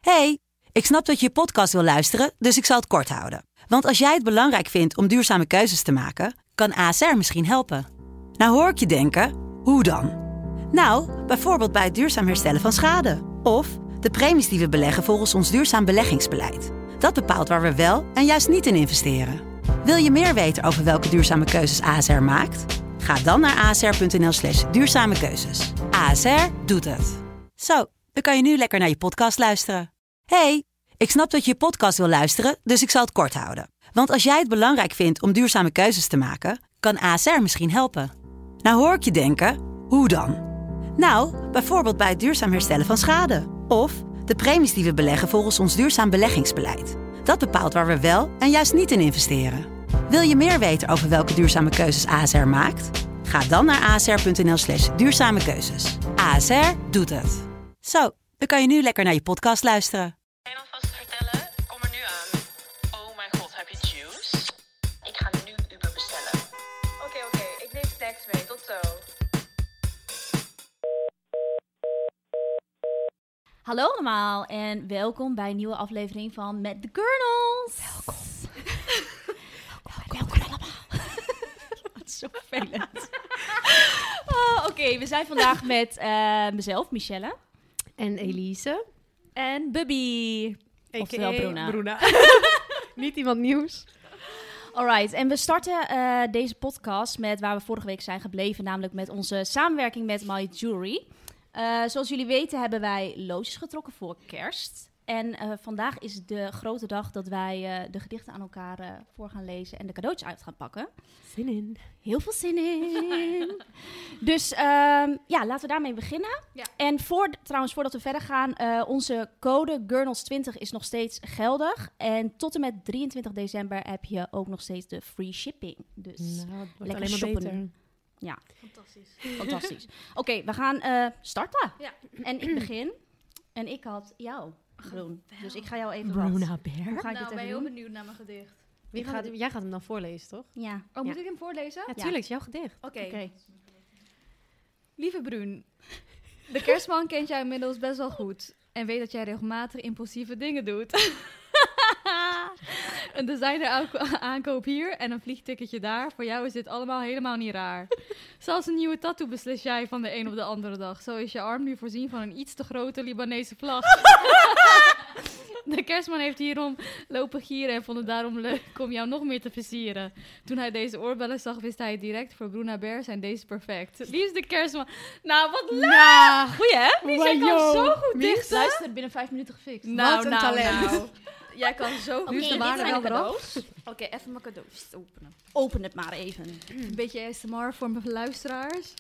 Hey, ik snap dat je je podcast wil luisteren, dus ik zal het kort houden. Want als jij het belangrijk vindt om duurzame keuzes te maken, kan ASR misschien helpen. Nou hoor ik je denken, hoe dan? Nou, bijvoorbeeld bij het duurzaam herstellen van schade. Of de premies die we beleggen volgens ons duurzaam beleggingsbeleid. Dat bepaalt waar we wel en juist niet in investeren. Wil je meer weten over welke duurzame keuzes ASR maakt? Ga dan naar asr.nl/duurzame keuzes. ASR doet het. Zo, dan kan je nu lekker naar je podcast luisteren. Hey, ik snap dat je je podcast wil luisteren, dus ik zal het kort houden. Want als jij het belangrijk vindt om duurzame keuzes te maken, kan ASR misschien helpen. Nou hoor ik je denken, hoe dan? Nou, bijvoorbeeld bij het duurzaam herstellen van schade. Of de premies die we beleggen volgens ons duurzaam beleggingsbeleid. Dat bepaalt waar we wel en juist niet in investeren. Wil je meer weten over welke duurzame keuzes ASR maakt? Ga dan naar asr.nl/duurzame keuzes. ASR doet het. Zo, dan kan je nu lekker naar je podcast luisteren. Kan je alvast vertellen? Kom er nu aan. Oh mijn god, heb je juice? Ik ga nu Uber bestellen. Oké, ik neem snacks mee. Tot zo. Hallo allemaal en welkom bij een nieuwe aflevering van Met de Gurnals. Welkom allemaal. Wat zo vervelend. Oké, we zijn vandaag met mezelf, Michelle. En Elise. En Bubby. Oftewel Bruna. Niet iemand nieuws. Alright, en we starten deze podcast met waar we vorige week zijn gebleven, namelijk met onze samenwerking met My Jewelry. Zoals jullie weten hebben wij loodjes getrokken voor kerst. En vandaag is de grote dag dat wij de gedichten aan elkaar voor gaan lezen en de cadeautjes uit gaan pakken. Zin in. Heel veel zin in. Dus ja, laten we daarmee beginnen. Ja. En voordat we verder gaan, onze code Gurnals20 is nog steeds geldig. En tot en met 23 december heb je ook nog steeds de free shipping. Dus Nou, het wordt lekker alleen maar shoppen. beter. Ja. Fantastisch. Oké, we gaan starten. Ja. En ik begin. En ik had jou, Groen. Dus ik ga jou even Bruna wat. Bear. Hoe ga ik Nou, dit ben even heel doen? benieuwd naar mijn gedicht. Jij gaat hem dan voorlezen, toch? Ja. Oh, moet Ja. ik hem voorlezen? Ja, tuurlijk. Het is jouw gedicht. Oké. Lieve Bruun, de kerstman kent jou inmiddels best wel goed en weet dat jij regelmatig impulsieve dingen doet. Een designer aankoop hier en een vliegticketje daar. Voor jou is dit allemaal helemaal niet raar. Zelfs een nieuwe tattoo beslis jij van de een op de andere dag. Zo is je arm nu voorzien van een iets te grote Libanese vlag. De kerstman heeft hierom lopen gieren en vond het daarom leuk om jou nog meer te versieren. Toen hij deze oorbellen zag, wist hij direct, voor Bruna Bear zijn deze perfect. Liefste kerstman. Nou, wat leuk! Nou, goeie hè? Lies, jij kan zo goed Mies, dichten. luister, binnen 5 minuten gefixt. Nou, Wat een talent. nou. Jij kan zo goed Oké, de dit waarde zijn wel de erop. cadeaus. Oké, even mijn cadeaus openen. Open het maar even. Een beetje ASMR voor mijn luisteraars.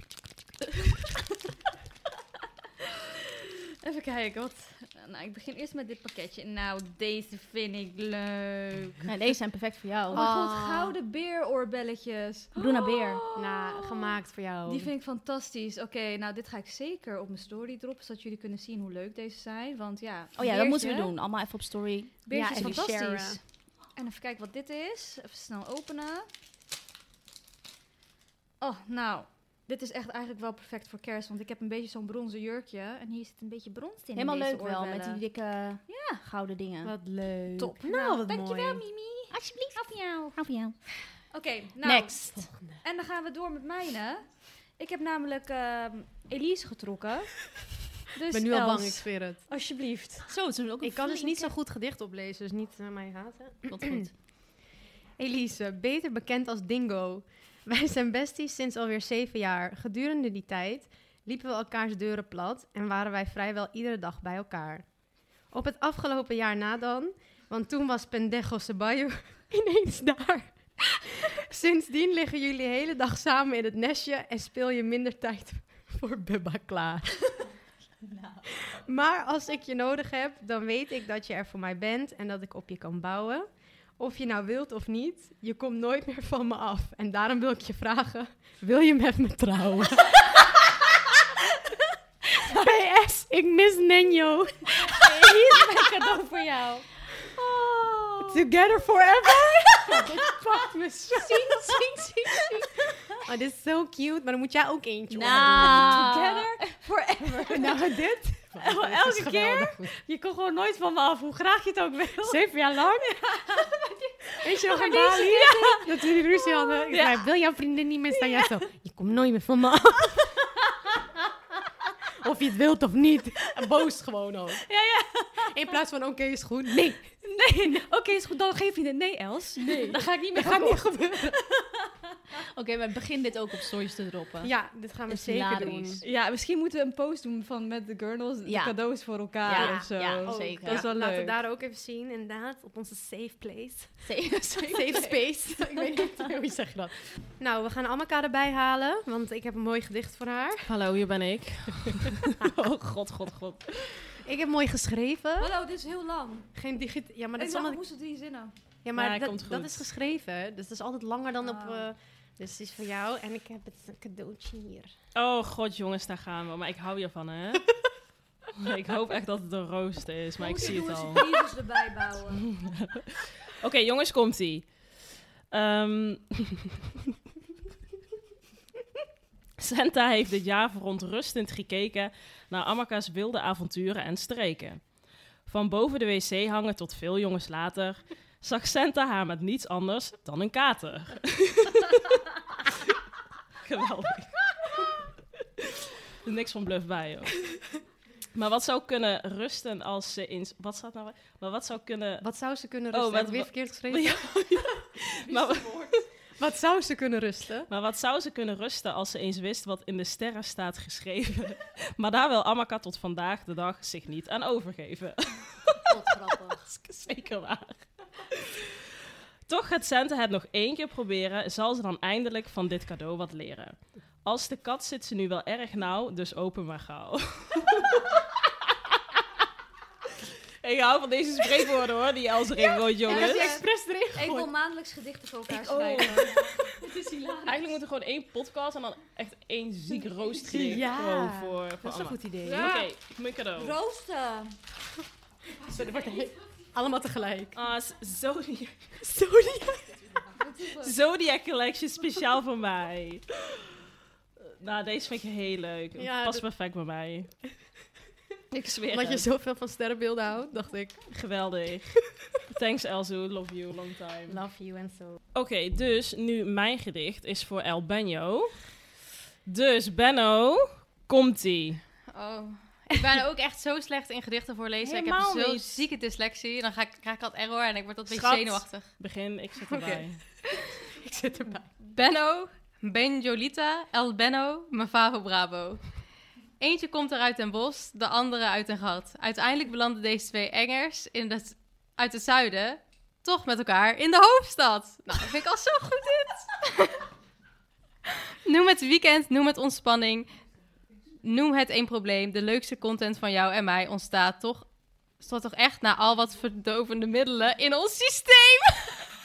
Even kijken, wat... Nou, ik begin eerst met dit pakketje. Nou, deze vind ik leuk. Ja, deze zijn perfect voor jou. Oh mijn god, gouden beeroorbelletjes. Bruna Bear. Nou, gemaakt voor jou. Die vind ik fantastisch. Oké, nou dit ga ik zeker op mijn story droppen, zodat jullie kunnen zien hoe leuk deze zijn. Want ja, Oh ja, dat moeten we beertje- doen. Allemaal even op story. Beertje Ja, is even fantastisch. sharen. En even kijken wat dit is. Even snel openen. Oh, nou. Dit is echt eigenlijk wel perfect voor kerst. Want ik heb een beetje zo'n bronzen jurkje. En hier zit een beetje brons in. Helemaal deze leuk wel, met oorbellen. die dikke gouden dingen. Wat leuk. Top. Nou, wat dankjewel, mooi. Mimi. Alsjeblieft. Hou van jou. Hou van jou. Oké, nou. Next. En dan gaan we door met mijne. Ik heb namelijk Elise getrokken. Dus Ik ben nu al Els, bang, ik zweer het. alsjeblieft. Zo, het is ook Ik kan dus niet zo goed gedicht oplezen, dus niet mij haten. Wat goed. Elise, beter bekend als Dingo. Wij zijn besties sinds alweer 7 jaar. Gedurende die tijd liepen we elkaars deuren plat en waren wij vrijwel iedere dag bij elkaar. Op het afgelopen jaar na dan, want toen was Pendejo Ceballo ineens daar. Sindsdien liggen jullie de hele dag samen in het nestje en speel je minder tijd voor Bubba klaar. Maar als ik je nodig heb, dan weet ik dat je er voor mij bent en dat ik op je kan bouwen. Of je nou wilt of niet, je komt nooit meer van me af. En daarom wil ik je vragen, wil je met me trouwen? PS, ik mis Nenjo. Hier is mijn cadeau voor jou. Together forever? Pak me zo. Zien. Oh, dit is zo cute, maar dan moet jij ook eentje Nou. Together forever. doen. Nou, dit Elke keer? Je kon gewoon nooit van me af, hoe graag je het ook wil. 7 jaar lang? Weet je nog een Bali? Dat we die ruzie hadden. Ik zei, wil jouw vriendin niet meer staan? Jij zo, je komt nooit meer van me af. Of je het wilt of niet. En boos gewoon ook. Ja. In plaats van, oké, is goed. Nee. Oké, is goed. Dan geef je het. Nee, Els. Nee. Dan ga ik niet meer. Dat gaat niet gebeuren. Oké, maar begin dit ook op stories te droppen. Ja, dit gaan we Is zeker hilarisch. doen. Ja, misschien moeten we een post doen van met de girls, de Ja. cadeaus voor elkaar Ja, of zo. ja, zeker. Dat is wel Laten we leuk. daar ook even zien, inderdaad. Op onze safe place. Safe space. Ik weet niet hoe zeg je dat. Nou, we gaan Amaka erbij halen, want ik heb een mooi gedicht voor haar. Hallo, hier ben ik. Oh, god. Ik heb mooi geschreven. Hallo, dit is heel lang. Geen digit. Ja, maar dat Ik is dacht, allemaal. moest 3 zinnen. Ja, maar Ja, komt dat goed. is geschreven. Dus dat is altijd langer dan op. Oh. Dus het is voor jou. En ik heb het cadeautje hier. Oh god, jongens, daar gaan we. Maar ik hou hiervan, hè. Ik hoop echt dat het een roost is, maar ik zie het al. Jezus erbij bouwen. Oké, jongens, komt-ie. Santa heeft dit jaar verontrustend gekeken naar Amaka's wilde avonturen en streken. Van boven de wc hangen tot veel jongens later zag Santa haar met niets anders dan een kater. Geweldig. Er niks van bluff bij, joh. Maar wat zou kunnen rusten als ze eens... Wat staat nou? Maar wat zou kunnen... Wat zou ze kunnen Oh, rusten? wat- Heb ik weer verkeerd geschreven? Ja, maar, Wat zou ze kunnen rusten? maar wat zou ze kunnen rusten als ze eens wist wat in de sterren staat geschreven? Maar daar wil Amaka tot vandaag de dag zich niet aan overgeven. Wat grappig. Dat is zeker waar. Toch gaat Santa het nog 1 keer proberen, zal ze dan eindelijk van dit cadeau wat leren. Als de kat zit ze nu wel erg nauw, dus open maar gauw. Ik hou van deze spreekwoorden hoor, die Els erin gooit, jongens. Expres erin Ik wil maandelijks gedichten voor elkaar Oh. schrijven. Het is hilarisch. Eigenlijk moet er gewoon 1 podcast en dan echt 1 ziek roostgedicht Ja, gewoon voor Dat is een allemaal. goed idee. Ja. Oké, mijn cadeau. Roosten. Dat wordt allemaal tegelijk. Zodiac Collection speciaal voor mij. Nou, deze vind ik heel leuk. Ja, Past dit- perfect bij mij. Ik zweer Omdat je het. zoveel van sterrenbeelden houdt, dacht ik. Geweldig. Thanks Elzo, love you, long time. Love you and so. Oké, dus nu mijn gedicht is voor El Benjo. Dus Benno, komt-ie. Oh. Ik ben ook echt zo slecht in gedichten voorlezen. Ik Helemaal heb zo'n niet. zieke dyslexie. Dan krijg ik altijd error en ik word een beetje Schat. zenuwachtig. Begin, ik zit erbij. Ik zit erbij. Benno, Benjolita, El Benno, Mavavo Bravo. Eentje komt er uit Den Bosch, de andere uit een gat. Uiteindelijk belanden deze 2 engers uit het zuiden toch met elkaar in de hoofdstad. Nou, dat vind ik al zo goed dit. Noem het weekend, noem het ontspanning. Noem het één probleem. De leukste content van jou en mij ontstaat toch echt na al wat verdovende middelen in ons systeem.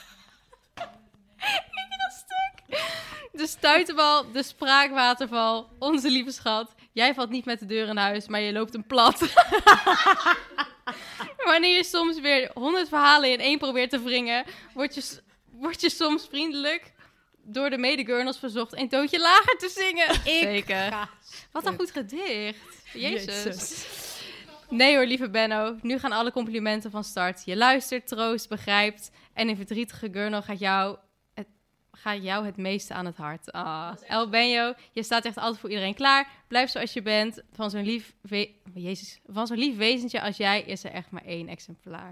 Ik vind dat stuk. De stuiterbal, de spraakwaterval, onze lieve schat. Jij valt niet met de deur in huis, maar je loopt hem plat. Wanneer je soms weer 100 verhalen in 1 probeert te wringen, word je soms vriendelijk door de medegurnals verzocht een tootje lager te zingen. Zeker. Wat een goed gedicht. Jezus. Nee hoor, lieve Benno. Nu gaan alle complimenten van start. Je luistert, troost, begrijpt. En een verdrietige gurnal gaat jou het meeste aan het hart. El Benjo, je staat echt altijd voor iedereen klaar. Blijf zoals je bent. Van zo'n lief wezentje als jij is er echt maar 1 exemplaar.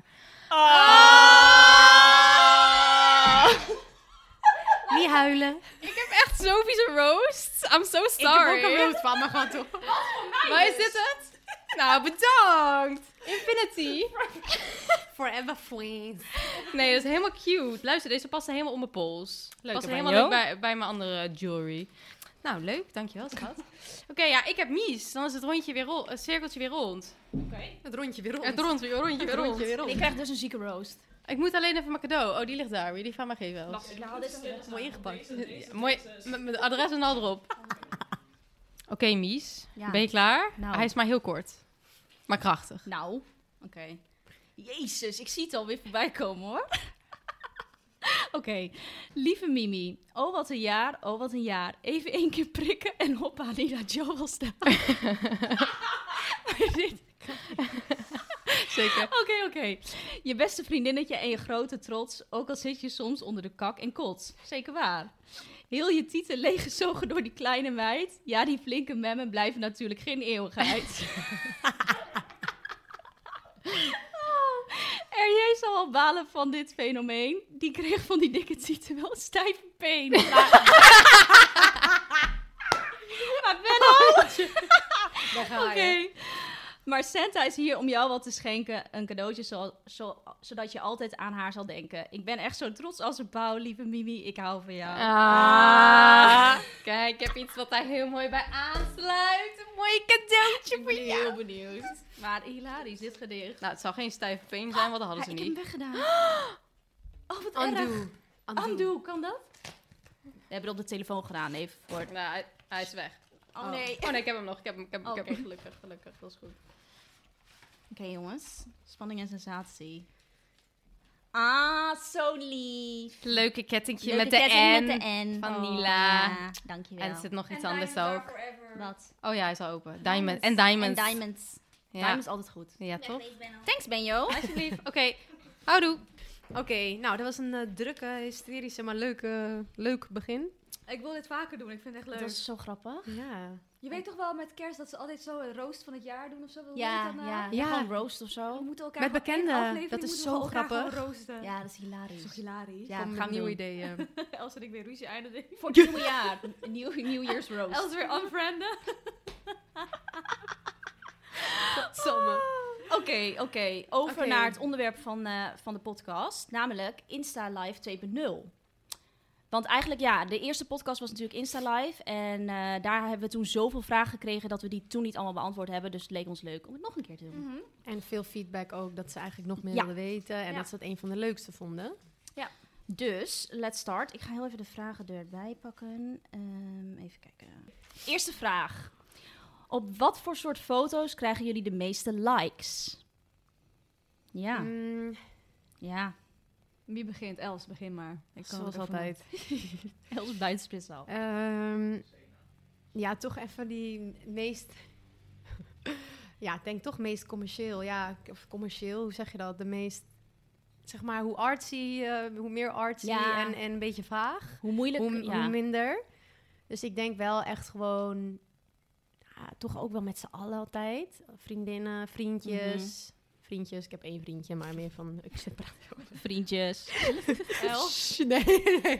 Niet huilen. Ik heb echt zo'n vieze roast. I'm so Ik sorry. heb ook een rood van me gehad, hoor. Maar is dit het? Nou, bedankt. Infinity. Forever friends. Nee, dat is helemaal cute. Luister, deze past helemaal om mijn pols. Leuke Past helemaal banjo. leuk bij mijn andere jewelry. Nou, leuk. Dankjewel, schat. Oké, ja, ik heb Mies. Dan is het het cirkeltje weer rond. Het rondje weer rond. Het rondje weer rond. Ik krijg dus een zieke roast. Ik moet alleen even mijn cadeau. Oh, die ligt daar. Wil je die van mij geven? Els? Ik haal dit even. Mooi ingepakt. Ja, mooi. Met mijn adres en al erop. Oké, Mies. Ja. Ben je klaar? Nou. Hij is maar heel kort. Maar krachtig. Nou, oké. Jezus, ik zie het alweer voorbij komen hoor. Oké, lieve Mimi. Oh wat een jaar, oh wat een jaar. Even 1 keer prikken en hoppa, Nina Joe wil staan. Zeker. Oké. Je beste vriendinnetje en je grote trots, ook al zit je soms onder de kak en kots. Zeker waar. Heel je tieten leeggezogen door die kleine meid. Ja, die flinke memmen blijven natuurlijk geen eeuwigheid. RJ zal al balen van dit fenomeen. Die kreeg van die dikke tieten wel een stijve been. Maar Benno... Oké. Maar Santa is hier om jou wat te schenken. Een cadeautje zodat je altijd aan haar zal denken. Ik ben echt zo trots als een pauw, lieve Mimi. Ik hou van jou. Kijk, ik heb iets wat daar heel mooi bij aansluit. Een mooi cadeautje voor jou. Heel benieuwd. Maar hilarisch, dit gedicht. Nou, het zal geen stijve been zijn, want dat hadden ze Ik heb niet. hem weggedaan. Oh, wat erg. Undo. Kan dat? We hebben het op de telefoon gedaan, even voor... Nou, hij is weg. Oh nee. Oh nee, ik heb hem nog. Ik heb hem. Oké, gelukkig. Dat is goed. Oké, jongens. Spanning en sensatie. Ah, zo lief. Leuke kettingje Leuke met de ketting N. met de N. van Oh, Nila. Ja, dankjewel. En er zit nog iets anders ook. Wat? Oh ja, hij is al open. Diamond. En Diamonds. En diamonds. Ja. Diamonds altijd goed. Ja, toch? Thanks, Benjo. Alsjeblieft. Oké. Houdoe. Oké, nou, dat was een drukke, hysterische, maar leuk begin. Ik wil dit vaker doen. Ik vind het echt leuk. Dat is zo grappig. Ja. Je weet toch wel met kerst dat ze altijd zo een roost van het jaar doen of zo? Hoe Ja, heet dat nou? ja. Ja. Gewoon roast of We zo. moeten elkaar Met gewoon bekenden. één aflevering Dat is moeten zo we elkaar grappig. gewoon roosten. Ja, dat is hilarisch. Dat is toch hilarisch? Ja, Kom gaan met we nieuwe doen. ideeën. Els en ik weer ruzie eindigen. Voor het nieuwe jaar. Een New Year's roast. Els weer unfrienden. Oké. Over Oké. naar het onderwerp van de podcast. Namelijk Insta Live 2.0. Want eigenlijk, ja, de eerste podcast was natuurlijk Insta Live. En daar hebben we toen zoveel vragen gekregen dat we die toen niet allemaal beantwoord hebben. Dus het leek ons leuk om het nog een keer te doen. En veel feedback ook, dat ze eigenlijk nog meer Ja. wilden weten. En Ja. dat ze het een van de leukste vonden. Dus, let's start. Ik ga heel even de vragen erbij pakken. Even kijken. Eerste vraag. Op wat voor soort foto's krijgen jullie de meeste likes? Ja, Mm, ja. Wie begint? Els, begin maar. Ik kan zoals het even altijd. Els buitenspits al. Ja, toch even die meest... ja, ik denk toch meest commercieel. Ja, of commercieel, hoe zeg je dat? De meest... Zeg maar, hoe artsy, hoe meer artsy Ja. en een beetje vaag. Hoe moeilijk, Hoe minder. Dus ik denk wel echt gewoon... Ja, toch ook wel met z'n allen altijd. Vriendinnen, vriendjes. Vriendjes, ik heb 1 vriendje, maar meer van... Ik zit praten. vriendjes. Els? Nee.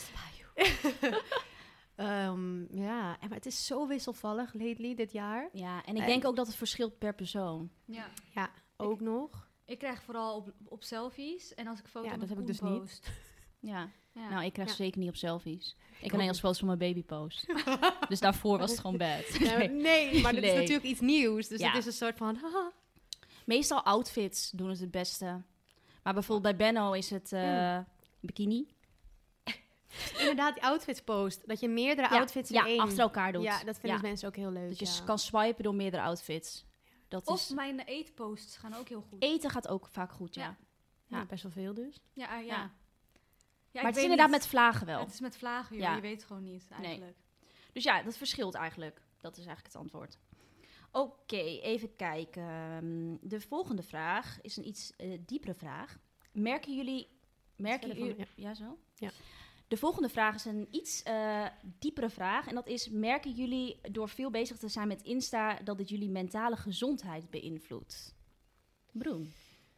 Ja, maar het is zo wisselvallig lately dit jaar. Ja, en ik denk ook dat het verschilt per persoon. Ja. Ja, ook nog. Ik krijg vooral op selfies. En als ik foto's Ja, met dat heb ik Koen dus niet. post. Ja. Ja. Nou, ik krijg Ja. zeker niet op selfies. Ik alleen als foto's van mijn baby post. Dus daarvoor was het gewoon bad. Nee, maar dit is Nee. natuurlijk iets nieuws. Dus Ja. het is een soort van... haha. Meestal outfits doen het beste. Maar bijvoorbeeld bij Benno is het bikini. Inderdaad, die outfits post. Dat je meerdere outfits in ja, één... achter elkaar doet. Ja, dat vinden Ja. mensen ook heel leuk. Dat je ja. kan swipen door meerdere outfits. Dat Of is... mijn eetposts gaan ook heel goed. Eten gaat ook vaak goed, ja. Ja. Ja, best wel veel dus. Ja. Ja. Ja, Maar het is inderdaad met vlagen wel. Het is met vlagen, joh. Ja. Je weet het gewoon niet, eigenlijk. Dus ja, dat verschilt eigenlijk. Dat is eigenlijk het antwoord. Oké, even kijken. De volgende vraag is een iets diepere vraag. Merken jullie... verder van, Ja, zo? Ja. De volgende vraag is een iets diepere vraag. En dat is, merken jullie door veel bezig te zijn met Insta... dat dit jullie mentale gezondheid beïnvloedt? Broen.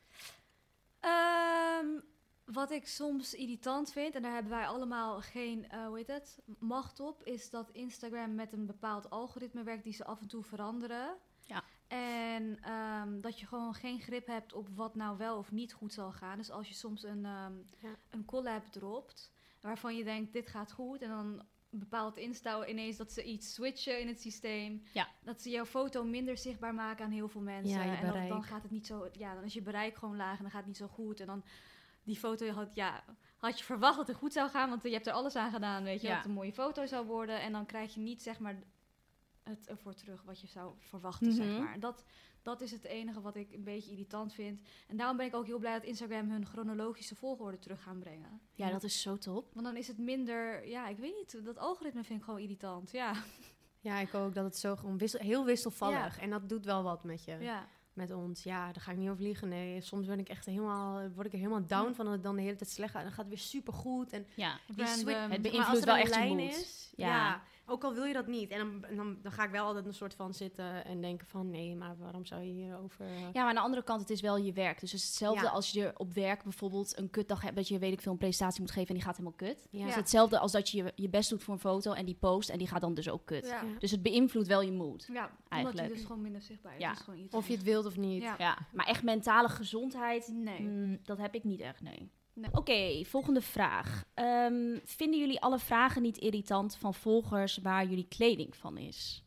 Wat ik soms irritant vind, en daar hebben wij allemaal geen macht op, is dat Instagram met een bepaald algoritme werkt die ze af en toe veranderen. Ja. En dat je gewoon geen grip hebt op wat nou wel of niet goed zal gaan. Dus als je soms een collab dropt, waarvan je denkt, dit gaat goed, en dan bepaalt Insta ineens dat ze iets switchen in het systeem. Ja. Dat ze jouw foto minder zichtbaar maken aan heel veel mensen. Ja, je en bereik. dan gaat het niet zo... Ja, dan is je bereik gewoon laag en dan gaat het niet zo goed. En dan die foto had je verwacht dat het goed zou gaan, want je hebt er alles aan gedaan, weet je, Ja. dat het een mooie foto zou worden. En dan krijg je niet, zeg maar, het ervoor terug wat je zou verwachten, zeg maar. Dat is het enige wat ik een beetje irritant vind. En daarom ben ik ook heel blij dat Instagram hun chronologische volgorde terug gaan brengen. Ja, dat is zo top. Want dan is het minder... Ja, ik weet niet. Dat algoritme vind ik gewoon irritant. Ja. Ja, ik ook. Dat het zo gewoon heel wisselvallig. Ja. En dat doet wel wat met je. Ja. Met ons. Ja, daar ga ik niet over liegen. Nee, soms word ik er helemaal down van dat het dan de hele tijd slecht gaat. En dan gaat het weer supergoed. En Ja, die switch, Random. het maar beïnvloedt als er wel een echt je lijn mood. is, Ja. ook al wil je dat niet. En dan ga ik wel altijd een soort van zitten en denken van... nee, maar waarom zou je hierover... Ja, maar aan de andere kant, het is wel je werk. Dus het is hetzelfde Ja. als je op werk bijvoorbeeld een kutdag hebt... dat je, weet ik veel, een presentatie moet geven en die gaat helemaal kut. Ja. Het is hetzelfde als dat je je best doet voor een foto en die post... en die gaat dan dus ook kut. Ja. Dus het beïnvloedt wel je mood. Ja, omdat Eigenlijk. je dus gewoon minder zichtbaar is. Ja. Dat is gewoon iets Of je het wilt of niet. Ja. Ja, maar echt mentale gezondheid, Nee. dat heb ik niet echt, nee. Nee. Oké, volgende vraag. Vinden jullie alle vragen niet irritant van volgers waar jullie kleding van is?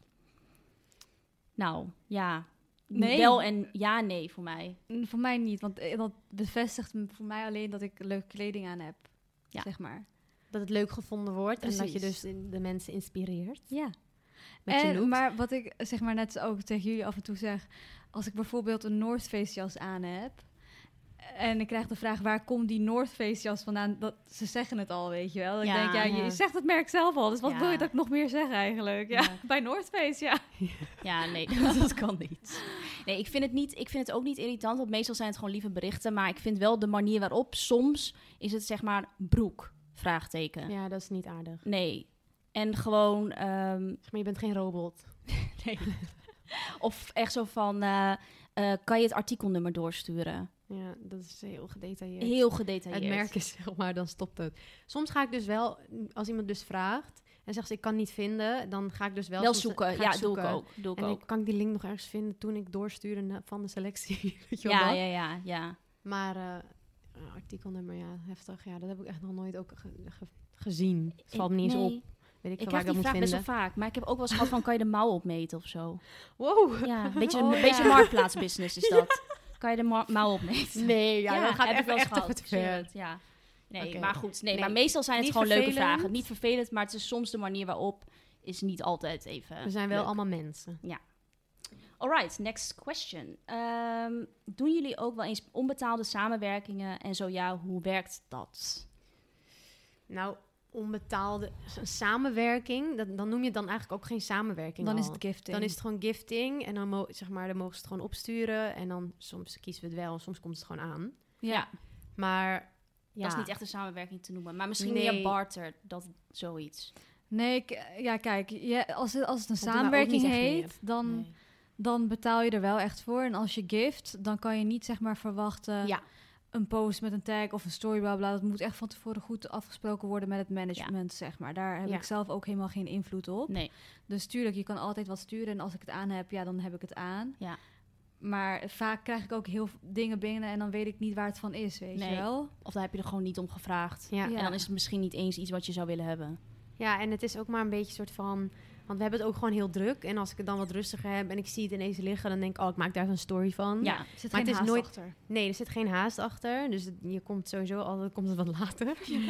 Nou, ja. Nee. Wel en ja, nee voor mij. Voor mij niet, want dat bevestigt voor mij alleen dat ik leuke kleding aan heb. Ja. Zeg maar. Dat het leuk gevonden wordt. En dat je Precies. dus de mensen inspireert. Ja. Met je looks. Maar wat ik zeg maar net ook tegen jullie af en toe zeg... als ik bijvoorbeeld een North Face jas aan heb... en ik krijg de vraag, waar komt die North Face jas vandaan? Ze zeggen het al, weet je wel. Ik Ja, denk, je zegt het merk zelf al. Dus wat Ja. wil je dat ik nog meer zeg eigenlijk? Ja, Ja. bij North Face, ja. Ja, nee, dat kan niet. Nee, ik vind het ook niet irritant, want meestal zijn het gewoon lieve berichten. Maar ik vind wel de manier waarop, soms is het zeg maar broek, vraagteken. Ja, dat is niet aardig. Nee. En gewoon, Zeg maar, je bent geen robot. nee. Of echt zo van, kan je het artikelnummer doorsturen? Ja, dat is heel gedetailleerd. Heel gedetailleerd. Het merk is, zeg maar, dan stopt het. Soms ga ik dus wel, als iemand dus vraagt en zegt ik kan niet vinden, dan ga ik dus wel, wel soms, zoeken. ga Ja, ik zoeken. doe ik ook. En ik kan die link nog ergens vinden toen ik doorstuurde van de selectie. Weet je wel Ja, dat? ja. Maar artikelnummer, ja, heftig. Ja, dat heb ik echt nog nooit ook gezien. Het valt me niet eens op. Weet ik Ik veel waar krijg ik dat die moet vraag best wel vinden. vaak. Maar ik heb ook wel eens gehad van, kan je de mouw opmeten of zo? Wow. Ja, een Oh, beetje ja. marktplaatsbusiness is dat. Kan je de mouw opmeten? Nee, ja, dan gaat heb ik het wel eens echt gehad. even te ver. Shit, ja. Nee, Oké. maar goed. Nee, Nee, maar meestal zijn het niet gewoon leuke vervelend. vragen. Niet vervelend, maar het is soms de manier waarop is niet altijd even We zijn wel leuk. allemaal mensen. Alright, next question. Doen jullie ook wel eens onbetaalde samenwerkingen? En zo ja, hoe werkt dat? Nou, onbetaalde samenwerking, dan noem je het dan eigenlijk ook geen samenwerking. Dan is al. het gifting. Dan is het gewoon gifting en dan, zeg maar, dan mogen ze het gewoon opsturen. En dan soms kiezen we het wel, soms komt het gewoon aan. Ja. Maar ja, Dat is niet echt een samenwerking te noemen. Maar misschien Nee. meer barter, dat zoiets. Nee, kijk, als het een doen wij ook samenwerking niet echt heet, dan betaal je er wel echt voor. En als je gift, dan kan je niet zeg maar verwachten Ja. een post met een tag of een story, bla bla. Dat moet echt van tevoren goed afgesproken worden met het management, zeg maar. Daar heb Ja. ik zelf ook helemaal geen invloed op. Nee. Dus tuurlijk, je kan altijd wat sturen. En als ik het aan heb, ja, dan heb ik het aan. Ja. Maar vaak krijg ik ook heel veel dingen binnen en dan weet ik niet waar het van is, weet Nee. je wel? Of daar heb je er gewoon niet om gevraagd. Ja. Ja. En dan is het misschien niet eens iets wat je zou willen hebben. Ja, en het is ook maar een beetje een soort van... Want we hebben het ook gewoon heel druk. En als ik het dan wat rustiger heb en ik zie het ineens liggen... dan denk ik, ik maak daar een story van. Ja, Er zit Maar geen het is haast nooit- achter. Nee, er zit geen haast achter. Dus je komt sowieso altijd komt het wat later.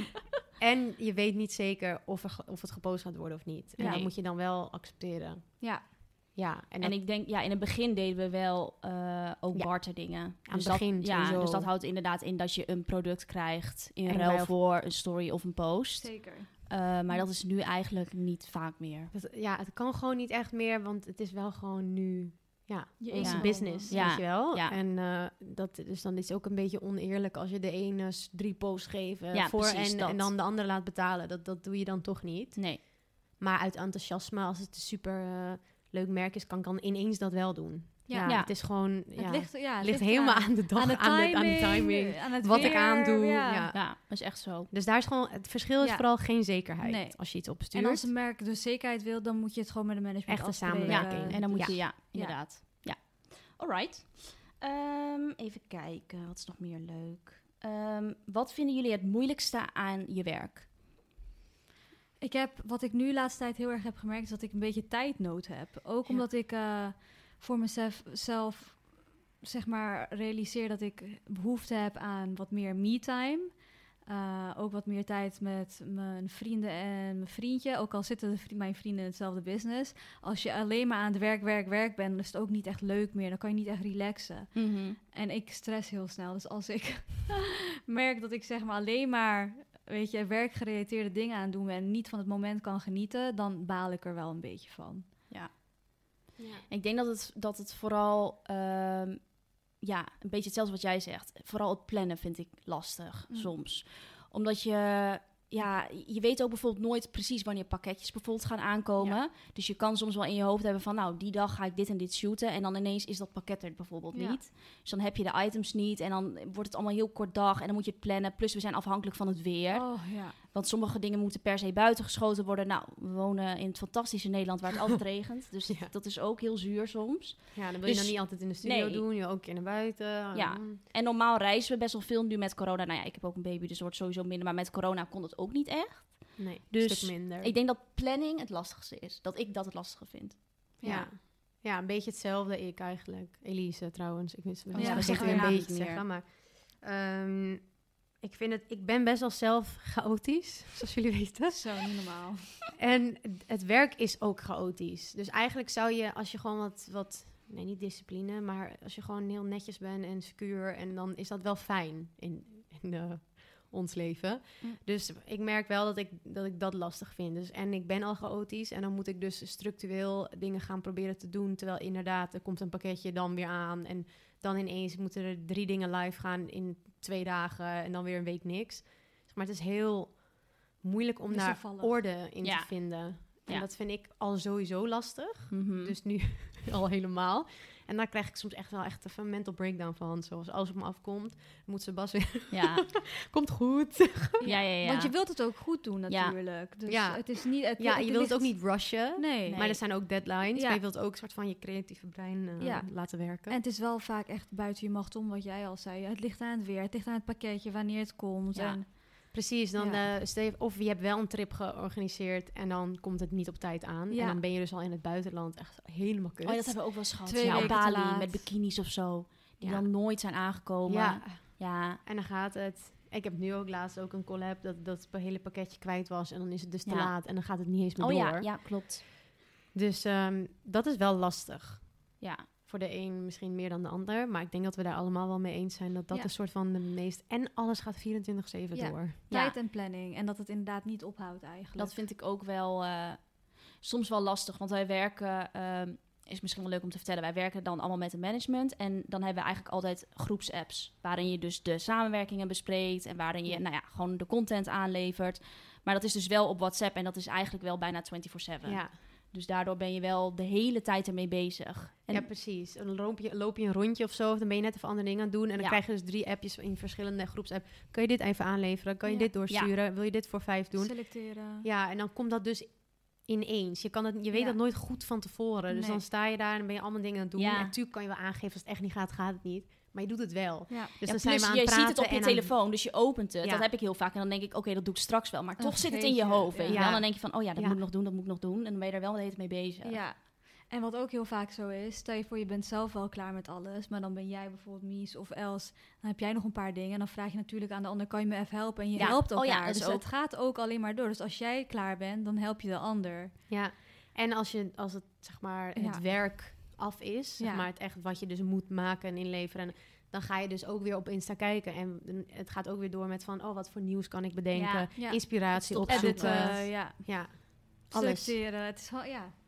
En je weet niet zeker of het gepost gaat worden of niet. En Nee. dat moet je dan wel accepteren. Ja. Ja, En dat- ik denk, in het begin deden we wel ook Ja. barter dingen. Aan Dus het begin dat, ja, sowieso. dus dat houdt inderdaad in dat je een product krijgt in En ruil ruil- voor een story of een post. Zeker. Maar dat is nu eigenlijk niet vaak meer. het kan gewoon niet echt meer, want het is wel gewoon nu Je onze Ja. business, Ja. weet je wel. Ja. En dus dan is het ook een beetje oneerlijk als je de ene 3 posts geeft Ja, voor precies, dat. en dan de andere laat betalen. Dat doe je dan toch niet. Nee. Maar uit enthousiasme, als het een super leuk merk is, kan ik dan ineens dat wel doen. Ja. Ja. Het is gewoon, Het ligt, ligt helemaal aan de dag, aan de timing. aan het Wat ik weer, aandoe, Ja. ja. Ja, dat is echt zo. Dus daar is gewoon, het verschil is Ja. vooral geen zekerheid Nee. als je iets opstuurt. En als een merk dus zekerheid wil, dan moet je het gewoon met de management Echte afspreken. samenwerking. En dan moet Ja. je, inderdaad. Ja. Alright. Even kijken, wat is nog meer leuk? Wat vinden jullie het moeilijkste aan je werk? Wat ik nu de laatste tijd heel erg heb gemerkt, is dat ik een beetje tijdnood heb. Ook omdat ik voor mezelf zeg maar realiseer dat ik behoefte heb aan wat meer me-time. Ook wat meer tijd met mijn vrienden en mijn vriendje. Ook al zitten mijn vrienden in hetzelfde business. Als je alleen maar aan het werk bent, dan is het ook niet echt leuk meer. Dan kan je niet echt relaxen. En ik stress heel snel. Dus als ik merk dat ik zeg maar alleen maar, werkgerelateerde dingen aan het doen ben en niet van het moment kan genieten, dan baal ik er wel een beetje van. Ik denk dat het vooral, een beetje hetzelfde wat jij zegt. Vooral het plannen vind ik lastig soms. Omdat je weet ook bijvoorbeeld nooit precies wanneer pakketjes bijvoorbeeld gaan aankomen. Ja. Dus je kan soms wel in je hoofd hebben van, nou, die dag ga ik dit en dit shooten. En dan ineens is dat pakket er bijvoorbeeld niet. Dus dan heb je de items niet en dan wordt het allemaal heel kort dag. En dan moet je het plannen. Plus we zijn afhankelijk van het weer. Want sommige dingen moeten per se buiten geschoten worden. Nou, we wonen in het fantastische Nederland waar het altijd regent. Dus dat is ook heel zuur soms. Ja, dan wil je dan niet altijd in de studio doen. Je ook een keer naar buiten. Ja, en normaal reizen we best wel veel nu met corona. Nou ja, ik heb ook een baby, dus het wordt sowieso minder. Maar met corona kon het ook niet echt. Nee, dus een stuk minder. Ik denk dat planning het lastigste is. Dat ik dat het lastige vind. Ja, een beetje hetzelfde ik eigenlijk. Elise trouwens. Ik wist dat weer een beetje te zeggen. Maar ik ben best wel zelf chaotisch, zoals jullie weten. Zo, niet normaal. En het werk is ook chaotisch. Dus eigenlijk zou je, als je gewoon nee, niet discipline, maar als je gewoon heel netjes bent en secuur, en dan is dat wel fijn in ons leven. Dus ik merk wel dat ik dat lastig vind. Dus, en ik ben al chaotisch en dan moet ik dus structureel dingen gaan proberen te doen, terwijl inderdaad, er komt een pakketje dan weer aan en dan ineens moeten er 3 dingen live gaan in 2 dagen en dan weer een week niks. Maar het is heel moeilijk om daar orde in te vinden. En dat vind ik al sowieso lastig. Dus nu al helemaal. En daar krijg ik soms echt even een mental breakdown van. Zoals als het me afkomt, moet Sebas weer... Komt goed. Ja. Want je wilt het ook goed doen natuurlijk. Dus het is niet... je wilt het ook niet rushen. Nee. Maar er zijn ook deadlines. Maar je wilt ook een soort van je creatieve brein laten werken. En het is wel vaak echt buiten je macht om, wat jij al zei. Het ligt aan het weer, het ligt aan het pakketje, wanneer het komt. Ja. Precies, dan of je hebt wel een trip georganiseerd en dan komt het niet op tijd aan. Ja. En dan ben je dus al in het buitenland echt helemaal kut. Oh, dat hebben we ook wel eens gehad. 2 weken Bali met bikinis of zo. Die dan nooit zijn aangekomen. Ja. En dan gaat het. Ik heb nu ook laatst ook een collab dat het hele pakketje kwijt was. En dan is het dus te laat en dan gaat het niet eens meer door. Ja, klopt. Dus dat is wel lastig. Ja. Voor de een misschien meer dan de ander. Maar ik denk dat we daar allemaal wel mee eens zijn. Dat een soort van de meest... En alles gaat 24/7 door. Tijd en planning. En dat het inderdaad niet ophoudt eigenlijk. Dat vind ik ook wel soms wel lastig. Want wij werken... is misschien wel leuk om te vertellen. Wij werken dan allemaal met een management. En dan hebben we eigenlijk altijd groepsapps. Waarin je dus de samenwerkingen bespreekt. En waarin je gewoon de content aanlevert. Maar dat is dus wel op WhatsApp. En dat is eigenlijk wel bijna 24/7. Ja. Dus daardoor ben je wel de hele tijd ermee bezig. En ja, precies. Dan loop je een rondje of zo, of dan ben je net even andere dingen aan het doen. En dan krijg je dus 3 appjes in verschillende groepsapps. Kan je dit even aanleveren? Kan je dit doorsturen? Wil je dit voor 5 doen? Selecteren. Ja, en dan komt dat dus ineens. Je weet dat nooit goed van tevoren. Dus dan sta je daar en dan ben je allemaal dingen aan het doen. En natuurlijk kan je wel aangeven als het echt niet gaat, gaat het niet. Maar je doet het wel. Ja. Dus dan zijn we aan het praten. Je ziet het op je telefoon, dus je opent het. Dat heb ik heel vaak. En dan denk ik, oké, dat doe ik straks wel. Maar toch zit het in je hoofd. Weet je wel? Dan denk je van, dat moet ik nog doen, dat moet ik nog doen. En dan ben je er wel de hele tijd mee bezig. Ja. En wat ook heel vaak zo is, stel je voor je bent zelf wel klaar met alles, maar dan ben jij bijvoorbeeld Mies of Els, dan heb jij nog een paar dingen en dan vraag je natuurlijk aan de ander, kan je me even helpen? En je helpt elkaar. Dus het gaat ook alleen maar door. Dus als jij klaar bent, dan help je de ander. Ja, en als het zeg maar het werk af is, zeg maar het echt wat je dus moet maken en inleveren, dan ga je dus ook weer op Insta kijken en het gaat ook weer door met van, wat voor nieuws kan ik bedenken, inspiratie opzoeken. Ja. Alles. Selecteren. Het is wel,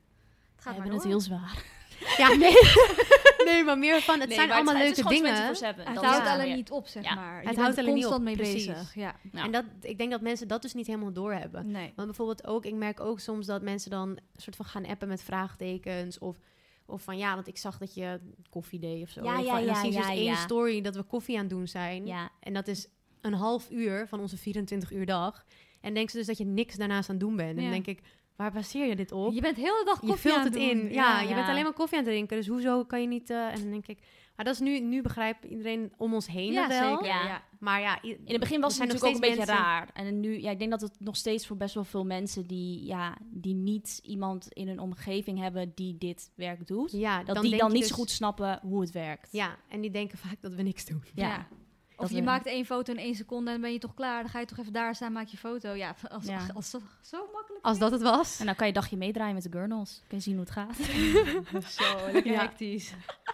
we hebben het heel zwaar. Ja, nee, maar meer van, het zijn allemaal leuke dingen. Het houdt alleen niet op, zeg maar. Het houdt alleen niet op, mee precies. bezig. Ja. En ik denk dat mensen dat dus niet helemaal doorhebben. Nee. Want bijvoorbeeld ook, ik merk ook soms dat mensen dan een soort van gaan appen met vraagtekens of van want ik zag dat je koffie deed of zo. En dan zie je dus één story dat we koffie aan het doen zijn. Ja. En dat is een half uur van onze 24 uur dag. En denken ze dus dat je niks daarnaast aan het doen bent. En dan denk ik, waar baseer je dit op? Je bent de hele dag koffie je vult aan het doen. in. Ja, je bent alleen maar koffie aan het drinken. Dus hoezo kan je niet... en dan denk ik... Maar dat is nu begrijpt iedereen om ons heen wel. Zeker. Ja. Maar in het begin was het natuurlijk ook een beetje raar. En nu, ik denk dat het nog steeds voor best wel veel mensen die niet iemand in hun omgeving hebben die dit werk doet. Ja, dat die dan niet zo goed snappen hoe het werkt. Ja, en die denken vaak dat we niks doen. Ja. Of je maakt 1 foto in 1 seconde en dan ben je toch klaar. Dan ga je toch even daar staan, maak je foto. Ja, als zo makkelijk. Als dat het was. En dan kan je een dagje meedraaien met de Gurnals. Kun je zien hoe het gaat. Zo, lekker hectisch.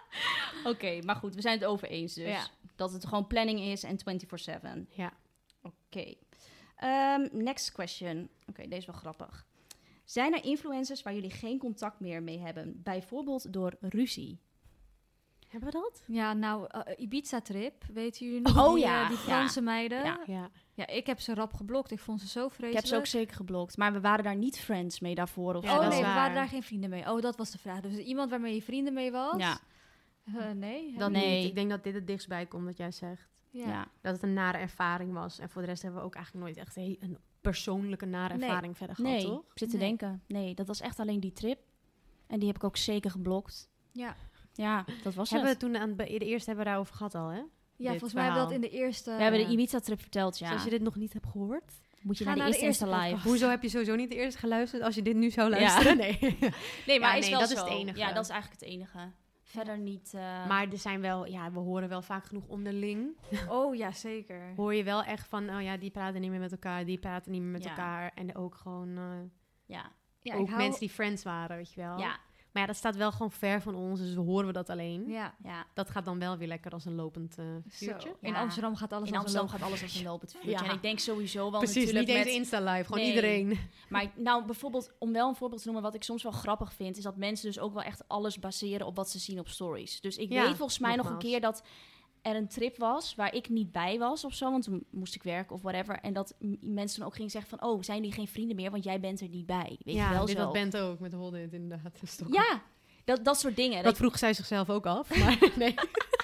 Oké, maar goed, we zijn het over eens dus. Ja. Dat het gewoon planning is en 24/7. Ja. Oké. Next question. Oké, deze is wel grappig. Zijn er influencers waar jullie geen contact meer mee hebben? Bijvoorbeeld door ruzie. Hebben we dat? Ja, nou, Ibiza-trip, weten jullie nog? Oh die, ja, die Franse meiden. Ja. Ja. Ja, ik heb ze rap geblokt. Ik vond ze zo Ik vreselijk. heb ze ook zeker geblokt. Maar we waren daar niet friends mee daarvoor. Of Ja, zo. Oh dat is nee, we waar. waren daar geen vrienden mee. Oh, dat was de vraag. Dus iemand waarmee je vrienden mee was? Ja. Nee. Dat Nee. niet. Ik denk dat dit het dichtstbij komt wat jij zegt. Ja. Dat het een nare ervaring was. En voor de rest hebben we ook eigenlijk nooit echt een persoonlijke nare Nee. ervaring verder gehad, Nee, toch? ik zit te Nee. denken. Nee, dat was echt alleen die trip. En die heb ik ook zeker geblokt. Ja. Ja, dat was Hebben we het. toen de eerste hebben we daarover gehad al, hè? Ja, Dit volgens mij hebben we dat in verhaal. de eerste... We hebben de Ibiza-trip verteld, ja. Dus als je dit nog niet hebt gehoord. Moet je Ga naar de naar de eerste eerste Insta live. podcast. Hoezo heb je sowieso niet de eerste geluisterd als je dit nu zou luisteren? Nee. Nee, maar Ja, is nee, wel dat zo. is het enige. Ja, dat is eigenlijk het enige. Verder niet... Maar er zijn wel, ja, we horen wel vaak genoeg onderling. Oh ja, zeker. Hoor je wel echt van, oh ja, die praten niet meer met elkaar, die praten niet meer met Ja. elkaar. En ook gewoon, ja. Ja, ook mensen die friends waren, weet je wel. Ja. Maar ja, dat staat wel gewoon ver van ons, dus horen we dat alleen. Ja. Ja. Dat gaat dan wel weer lekker als een lopend vuurtje. Zo. In Ja. Amsterdam gaat alles In als Amsterdam een gaat alles als een lopend vuurtje. Ja. En ik denk sowieso wel Precies, natuurlijk niet met... eens Insta-live, gewoon Nee. iedereen. Maar nou, bijvoorbeeld, om wel een voorbeeld te noemen, wat ik soms wel grappig vind, is dat mensen dus ook wel echt alles baseren op wat ze zien op stories. Dus ik Ja, weet volgens mij nog een nogmaals. keer dat er een trip was waar ik niet bij was of zo, want toen moest ik werken of whatever. En dat mensen dan ook gingen zeggen van, oh, zijn jullie geen vrienden meer, want jij bent er niet bij. Weet je wel dit zo. had Bent ook met Holdit inderdaad. Dat is toch Ja, dat soort dingen. Dat vroeg zij zichzelf ook af, maar nee.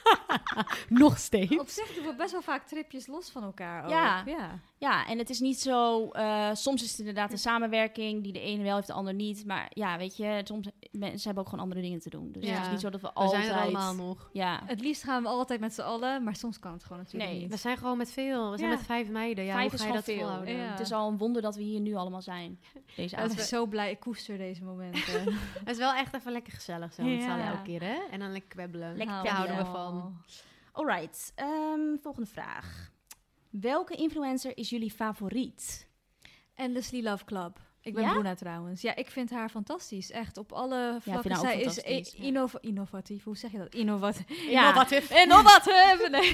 Nog steeds. Op zich doen we best wel vaak tripjes los van elkaar ook. Ja. Ja. Ja, en het is niet zo... soms is het inderdaad een samenwerking die de ene wel heeft, de ander niet. Maar ja, weet je, soms mensen hebben ook gewoon andere dingen te doen. Dus Ja. het is niet zo dat we We altijd... zijn er allemaal nog. Ja, Het liefst gaan we altijd met z'n allen, maar soms kan het gewoon natuurlijk Nee. niet. We zijn gewoon met veel. We zijn Ja. met 5 meiden. Ja, 5 hoe is ga je dat gewoon veel. volhouden? Ja. het is al een wonder dat we hier nu allemaal zijn. Deze Ik avond. ben zo blij, ik koester deze momenten. Het is wel echt even lekker gezellig zo. Met z'n allen Ja. elke keer, hè? En dan lekker kwebbelen. Lekker Daar kwebbelen. houden we van. Alright, volgende vraag. Welke influencer is jullie favoriet? En Leslie Love Club. Ik ben Ja? Bruna trouwens. Ja, ik vind haar fantastisch. Echt op alle ik vlakken. vind haar ook Zij is fantastisch, ja. innovatief. Hoe zeg je dat? Innovatief. Innovatief. Innovatief! Nee.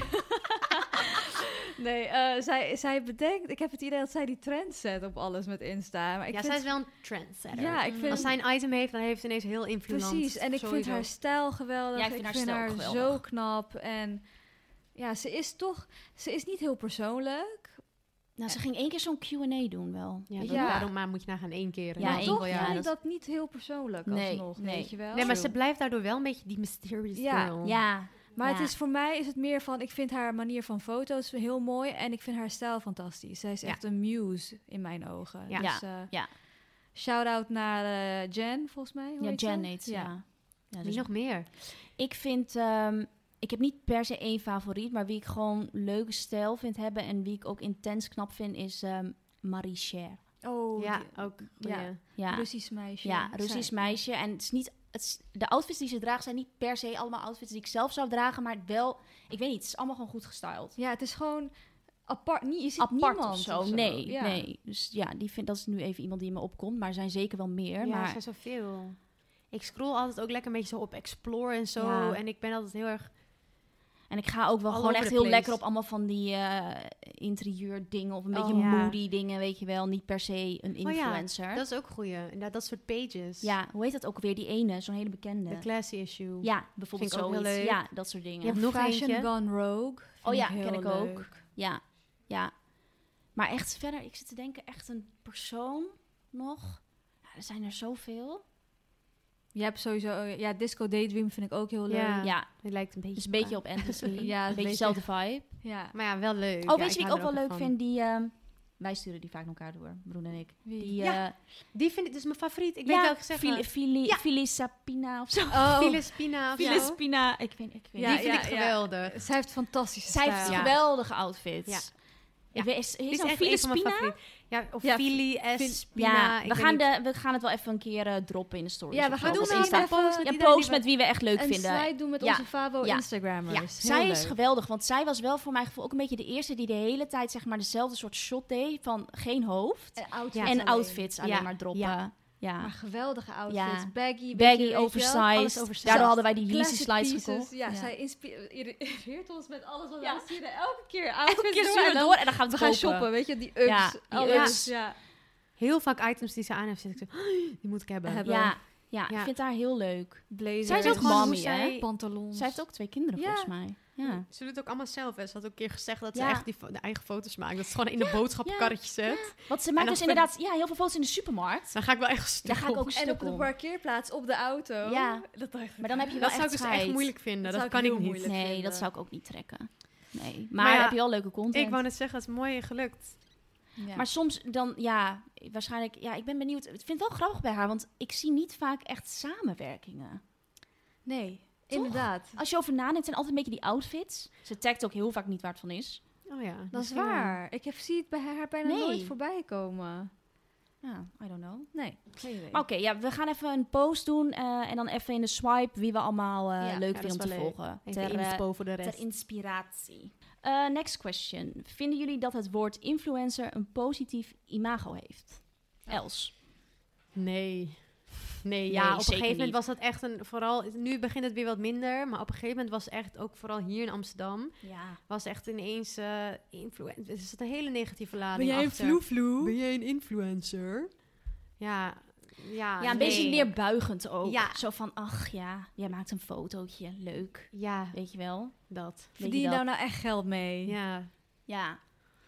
Nee, zij bedenkt... Ik heb het idee dat zij die trend zet op alles met Insta. Maar ik Ja, vind, zij is wel een trendsetter. Ja, ik vind- Als zij een item heeft, dan heeft ze ineens heel invloed. precies. En ik vind haar stijl geweldig. Ja, ik vind haar stijl ook zo geweldig. knap. En ja, ze is niet heel persoonlijk. Nou, ze ging 1 keer zo'n Q&A doen wel. Ja, Weet dat- je? Ja. daarom maar moet je nagaan 1 keer. Ja, Maar één toch keer, ja, vind ik dat- dat niet heel persoonlijk Nee, alsnog, nee. weet je wel. Nee, maar True. ze blijft daardoor wel een beetje die mysterious Ja. girl. Ja, Maar Ja. het is voor mij is het meer van, ik vind haar manier van foto's heel mooi en ik vind haar stijl fantastisch. Zij is Ja. echt een muse in mijn ogen. Ja. Dus, ja. shout-out naar Jen, volgens mij. Hoe Ja, heet Jen ze? heet ze, ja. Ja, Wie dus nog meer? ik vind... ik heb niet per se één favoriet, maar wie ik gewoon leuke stijl vind hebben en wie ik ook intens knap vind, is Marie Cher. Oh, Ja, die- ook. ja. goeie. Ja, Russisch meisje. ja, Russisch Zij- meisje. En het is niet... de outfits die ze draagt zijn niet per se allemaal outfits die ik zelf zou dragen, maar wel... Ik weet niet, het is allemaal gewoon goed gestyled. Ja, het is gewoon apart. Je ziet Apart niemand of zo. of zo. Nee, Ja. nee. Dus ja, dat is nu even iemand die in me opkomt, maar er zijn zeker wel meer. Ja, maar er zijn zoveel. Ik scroll altijd ook lekker een beetje zo op Explore en zo. Ja. En ik ben altijd heel erg... En ik ga ook wel All gewoon over echt the heel place. lekker op allemaal van die interieurdingen of een beetje ja. moody dingen, weet je wel. Niet per se een influencer. Dat is ook goeie. Inderdaad, dat soort pages. Ja, hoe heet dat ook weer? Die ene, zo'n hele bekende. De classy issue. Ja, bijvoorbeeld Vind ik ook zoiets. heel leuk. Ja, dat soort dingen. Je hebt nog Fashion eentje. Gone Rogue. Oh ja, Vind ken ik heel ook. leuk. Ja, ja. Maar echt verder, ik zit te denken, echt een persoon nog. Ja, er zijn er zoveel. Je hebt sowieso... ja, Disco Daydream vind ik ook heel leuk. Ja. Ja, Het lijkt een beetje... dus een beetje op Endlessly. Ja, een een beetje beetje. dezelfde vibe. Ja. Maar ja, wel leuk. Oh, Ja, weet je wie ik hou ook wel er leuk van. vind? Die, wij sturen die vaak naar elkaar door, Broen en ik. Wie? Die, Ja, Die vind ik dus mijn favoriet. Ik weet ja, welke zeggen. Filisapina of zo. Oh, Filispina of zo. Filispina, ik weet Ja, Die vind ik geweldig. zij heeft fantastische Zij heeft stijl. Ja. geweldige outfits. Ja. Ik weet, is Die is nou echt een van mijn Filispina? favorieten. Ja, of Ja, Fili, Espina. Ja, ik we weet gaan het wel even een keer droppen in de stories. Ja, we of gaan zo, doen op wel Insta. even Ja, iedereen post die met wie we echt leuk een vinden. slide doen met Ja. onze Favo Ja. Instagrammers. Ja, Heel zij is leuk. geweldig, want zij was wel voor mijn gevoel ook een beetje de eerste die de hele tijd zeg maar dezelfde soort shot deed van geen hoofd En outfits, en alleen. outfits alleen Ja, maar droppen. ja. Ja. Maar geweldige outfits. Ja. Baggy, Baggy, weet je wel. oversized. Alles oversized. Daardoor hadden wij die Yeezy Classic slides pieces. gekocht. Ja, Ja. zij irriteert ons met alles wat Ja. wij sturen. Elke keer Elke outfits keer door sturen en we dan door en dan gaan we we het gaan kopen. shoppen, weet je, die Uggs. Ja, die alles. Uggs. Ja. heel vaak items die ze aan heeft, zit ik zo, die moet ik hebben. Ja, Ja. ik vind haar heel leuk. Blazer. Zij is ook gewoon mommy, hoe zij- hè? Pantalons. Zij heeft ook 2 kinderen, Ja. volgens mij. Ja. Ze doet het ook allemaal zelf. Hè. Ze had ook een keer gezegd dat ze Ja. echt de eigen foto's maakt. Dat ze gewoon in de boodschappenkarretje zet. Want ze maakt dan dus inderdaad heel veel foto's in de supermarkt. Dan ga ik wel echt stuk Daar ga ik op. ook En stuk op de om. parkeerplaats op de auto. Ja. Dat dacht ik. Maar dan heb je wel Dat echt zou ik dus echt scheid. moeilijk vinden. Dat Dat, zou kan ik ik heel niet. moeilijk Nee, vinden. dat zou ik ook niet trekken. Nee. Maar Maar ja, heb je al leuke content. Ik wou net zeggen, het is mooi gelukt. Ja. Maar soms dan, waarschijnlijk... Ja, ik ben benieuwd. Ik vind het wel grappig bij haar, want ik zie niet vaak echt samenwerkingen. nee, inderdaad. Als je over nadenkt, zijn altijd een beetje die outfits. Ze tagt ook heel vaak niet waar het van is. Oh ja. Dat is misschien wel. waar. Ik zie het bij haar bijna Nee. nooit voorbij komen. Ja, I don't know. Nee, geen idee. Maar oké, we gaan even een post doen en dan even in de swipe wie we allemaal Ja, leuk ja, vinden om dat te is wel leuk. volgen. Even inspo voor de Ter rest. inspiratie. Next question. Vinden jullie dat het woord influencer een positief imago heeft? Els. Nee, Nee, ja, op een zeker gegeven moment niet. was dat echt vooral, nu begint het weer wat minder, maar op een gegeven moment was echt, ook vooral hier in Amsterdam, Ja. was echt ineens influencer. Er zat een hele negatieve lading achter. vloe-vloe? Ben jij een influencer? Ja, Ja, een beetje nee. neerbuigend ook. Ja. Zo van, ach ja, jij maakt een fotootje, leuk. Ja, Weet je wel? dat. Verdien je dat? nou echt geld mee? Ja, Ja.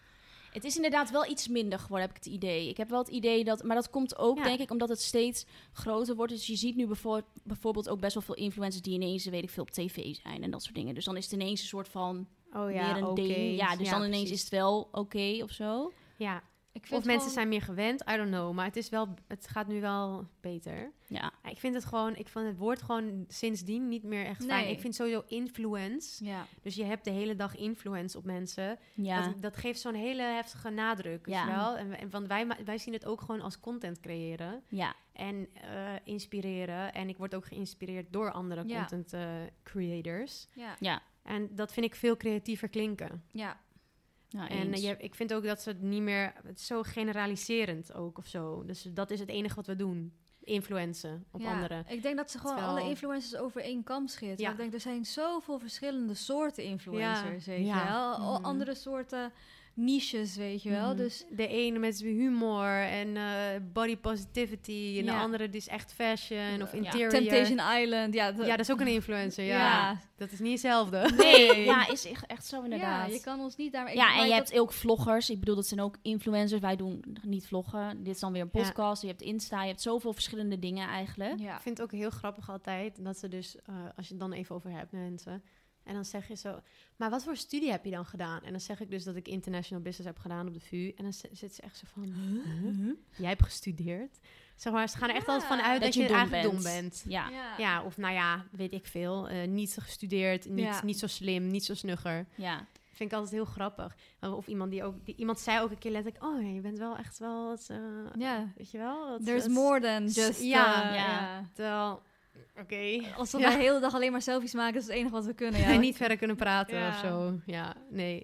Het is inderdaad wel iets minder geworden, heb ik het idee. Ik heb wel het idee dat... Maar dat komt ook, Ja. denk ik, omdat het steeds groter wordt. Dus je ziet nu bijvoorbeeld ook best wel veel influencers die ineens, weet ik veel, op tv zijn en dat soort dingen. Dus dan is het ineens een soort van oh ja, weer een oké. ding. Ja, dus dan ineens precies. is het wel oké of zo. Ja, Ik vind of mensen zijn meer gewend, I don't know. Maar het gaat nu wel beter. Ja. Ik vind het woord gewoon sindsdien niet meer echt fijn. Nee. Ik vind sowieso influence. Ja. Dus je hebt de hele dag influence op mensen. Ja. Dat geeft zo'n hele heftige nadruk, weet Ja. je wel? Want wij zien het ook gewoon als content creëren Ja. en inspireren. En ik word ook geïnspireerd door andere Ja. content creators. Ja. Ja. En dat vind ik veel creatiever klinken. Ja. Ja, En eens. ik vind ook dat ze het niet meer... Het is zo generaliserend ook of zo. Dus dat is het enige wat we doen. Influencen op Ja, anderen. ik denk dat ze gewoon Terwijl- alle influencers over één kam scheren. Ja. Ik denk, er zijn zoveel verschillende soorten influencers, Ja. weet je Ja. wel. Al Mhm. andere soorten niches, weet je wel. Mhm. Dus De ene met humor en body positivity. En de Ja. andere die is echt fashion of Ja. interior. Temptation Island, ja. Ja, dat is ook een influencer, ja. Ja. Dat is niet hetzelfde. Nee, ja, is echt zo Ja, inderdaad. je kan ons niet daarmee... Ja, en maar je dat- hebt ook vloggers. Ik bedoel, dat zijn ook influencers. Wij doen niet vloggen. Dit is dan weer een Ja. podcast. Je hebt Insta. Je hebt zoveel verschillende dingen eigenlijk. Ja. Ik vind het ook heel grappig altijd dat ze dus, als je het dan even over hebt met mensen, en dan zeg je zo, maar wat voor studie heb je dan gedaan? En dan zeg ik dus dat ik international business heb gedaan op de VU. En dan zit ze echt zo van, huh? Jij hebt gestudeerd? Zeg maar, ze gaan er echt Ja, altijd van uit dat je dom eigenlijk bent. dom bent. Ja. Ja. Ja, of nou ja, weet ik veel. Niet zo gestudeerd, Ja. niet zo slim, niet zo snugger. Ja. Vind ik altijd heel grappig. Of iemand iemand zei ook een keer letterlijk, oh ja, je bent wel echt wel wat, Ja. weet je wel? Wat, There's wat- more than just... Ja. Ja. Terwijl, oké. Alsof Ja. we de hele dag alleen maar selfies maken, dat is het enige wat we kunnen. Ja. En niet verder kunnen praten Ja. of zo. Ja, nee.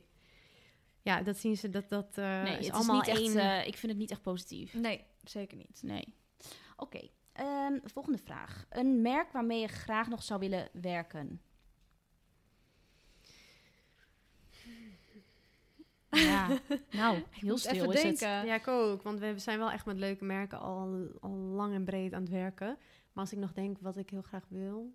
Ja, dat zien ze, dat Nee, is het allemaal is niet echt, één... ik vind het niet echt positief. Nee, zeker niet. Nee. Oké. Volgende vraag. Een merk waarmee je graag nog zou willen werken? Ja, nou, heel Moet stil even is denken. het. Ja, ik ook. Want we zijn wel echt met leuke merken al lang en breed aan het werken. Maar als ik nog denk wat ik heel graag wil...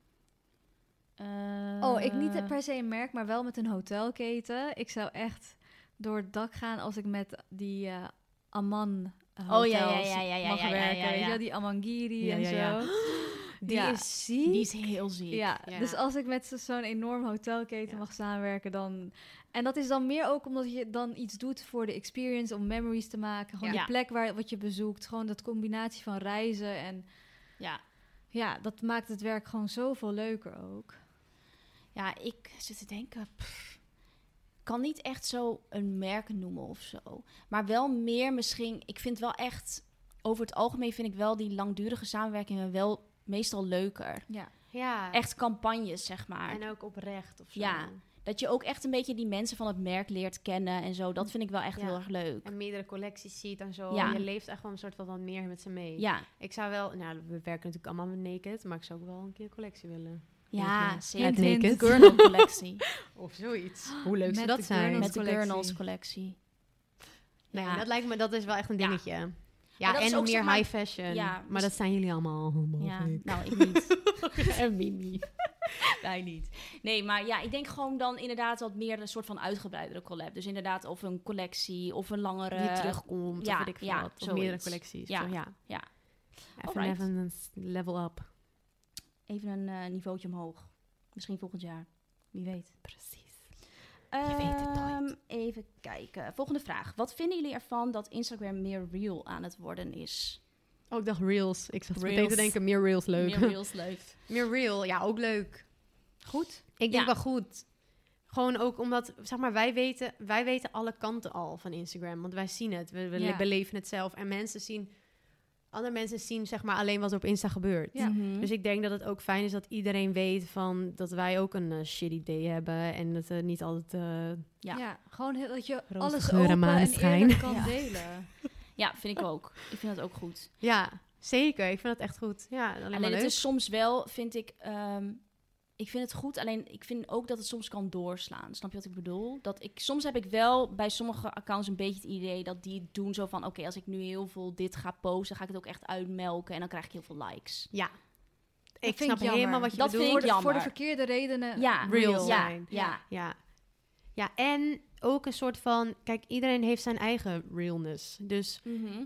Oh, ik niet per se een merk, maar wel met een hotelketen. Ik zou echt door het dak gaan als ik met die Amman hotels ja, mag ja, werken. ja, Weet je ja. wel, die Amangiri Ja, en ja, zo. ja. Die Ja. is ziek. Die is heel ziek. Ja, Ja. dus als ik met zo'n enorm hotelketen Ja. mag samenwerken, dan... En dat is dan meer ook omdat je dan iets doet voor de experience, om memories te maken. Gewoon Ja. die plek wat je bezoekt. Gewoon dat combinatie van reizen. En Ja. ja, dat maakt het werk gewoon zoveel leuker ook. Ja, ik zit te denken... Ik kan niet echt zo een merk noemen of zo. Maar wel meer misschien... Ik vind wel echt... Over het algemeen vind ik wel die langdurige samenwerkingen wel meestal leuker. Ja. Ja. Echt campagnes, zeg maar. En ook oprecht of zo. Ja. Dat je ook echt een beetje die mensen van het merk leert kennen en zo. Dat vind ik wel echt Ja. heel erg leuk. En meerdere collecties ziet en zo. Ja. Je leeft echt wel een soort van wat meer met ze mee. Ja, Ik zou wel... Nou, we werken natuurlijk allemaal met Naked. Maar ik zou ook wel een keer een collectie willen. ja, Met zeker. Hint, De hint. Gurnal collectie. Of zoiets. Hoe leuk Met zou dat de zijn? Gurnals Met de collectie. Gurnals collectie. Nee, Ja. dat lijkt me... Dat is wel echt een Ja. dingetje. Ja, dat is en ook, meer zeg maar, high fashion. ja, maar dat zijn jullie allemaal. Ja, nou, ik niet. En Mimi. Wij niet. Nee, maar ja, ik denk gewoon dan inderdaad wat meer een soort van uitgebreidere collab. Dus inderdaad of een collectie of een langere... Die terugkomt, ja, of weet ik veel ja, wat. Of zoiets. meerdere collecties. Ja, Zo, ja. ja. Even Alright. een level up. Even een niveautje omhoog. Misschien volgend jaar. Wie weet. Precies. weet het nooit. Even kijken. Volgende vraag. Wat vinden jullie ervan dat Instagram meer real aan het worden is? Oh, ik dacht reels. Ik zat meteen Reels. te denken, meer reels leuk. Meer reels leuk. Meer real, ja, ook leuk. Goed? Ik denk Ja. wel goed. Gewoon ook omdat, zeg maar, wij weten alle kanten al van Instagram. Want wij zien het. We Ja. beleven het zelf. En andere mensen zien, zeg maar, alleen wat er op Insta gebeurt. Ja. Mhm. Dus ik denk dat het ook fijn is dat iedereen weet van dat wij ook een shit idee hebben. En dat het niet altijd... Ja. Ja, gewoon dat je Roze alles geur en open en maneschijn. eerlijk kan Ja. delen. Ja, vind ik ook. Ik vind dat ook goed. Ja, zeker. Ik vind dat echt goed. Ja, alleen maar Alleen het leuk. is soms wel, vind ik... ik vind het goed, alleen ik vind ook dat het soms kan doorslaan. Snap je wat ik bedoel? Soms heb ik wel bij sommige accounts een beetje het idee dat die het doen zo van... Oké, als ik nu heel veel dit ga posten, ga ik het ook echt uitmelken en dan krijg ik heel veel likes. Ja. Dat Ik vind snap ik jammer. helemaal wat je Dat bedoelt. vind ik Voor de jammer. verkeerde redenen. Ja, real ja, zijn. ja. Ja, en ook een soort van... Kijk, iedereen heeft zijn eigen realness. Dus,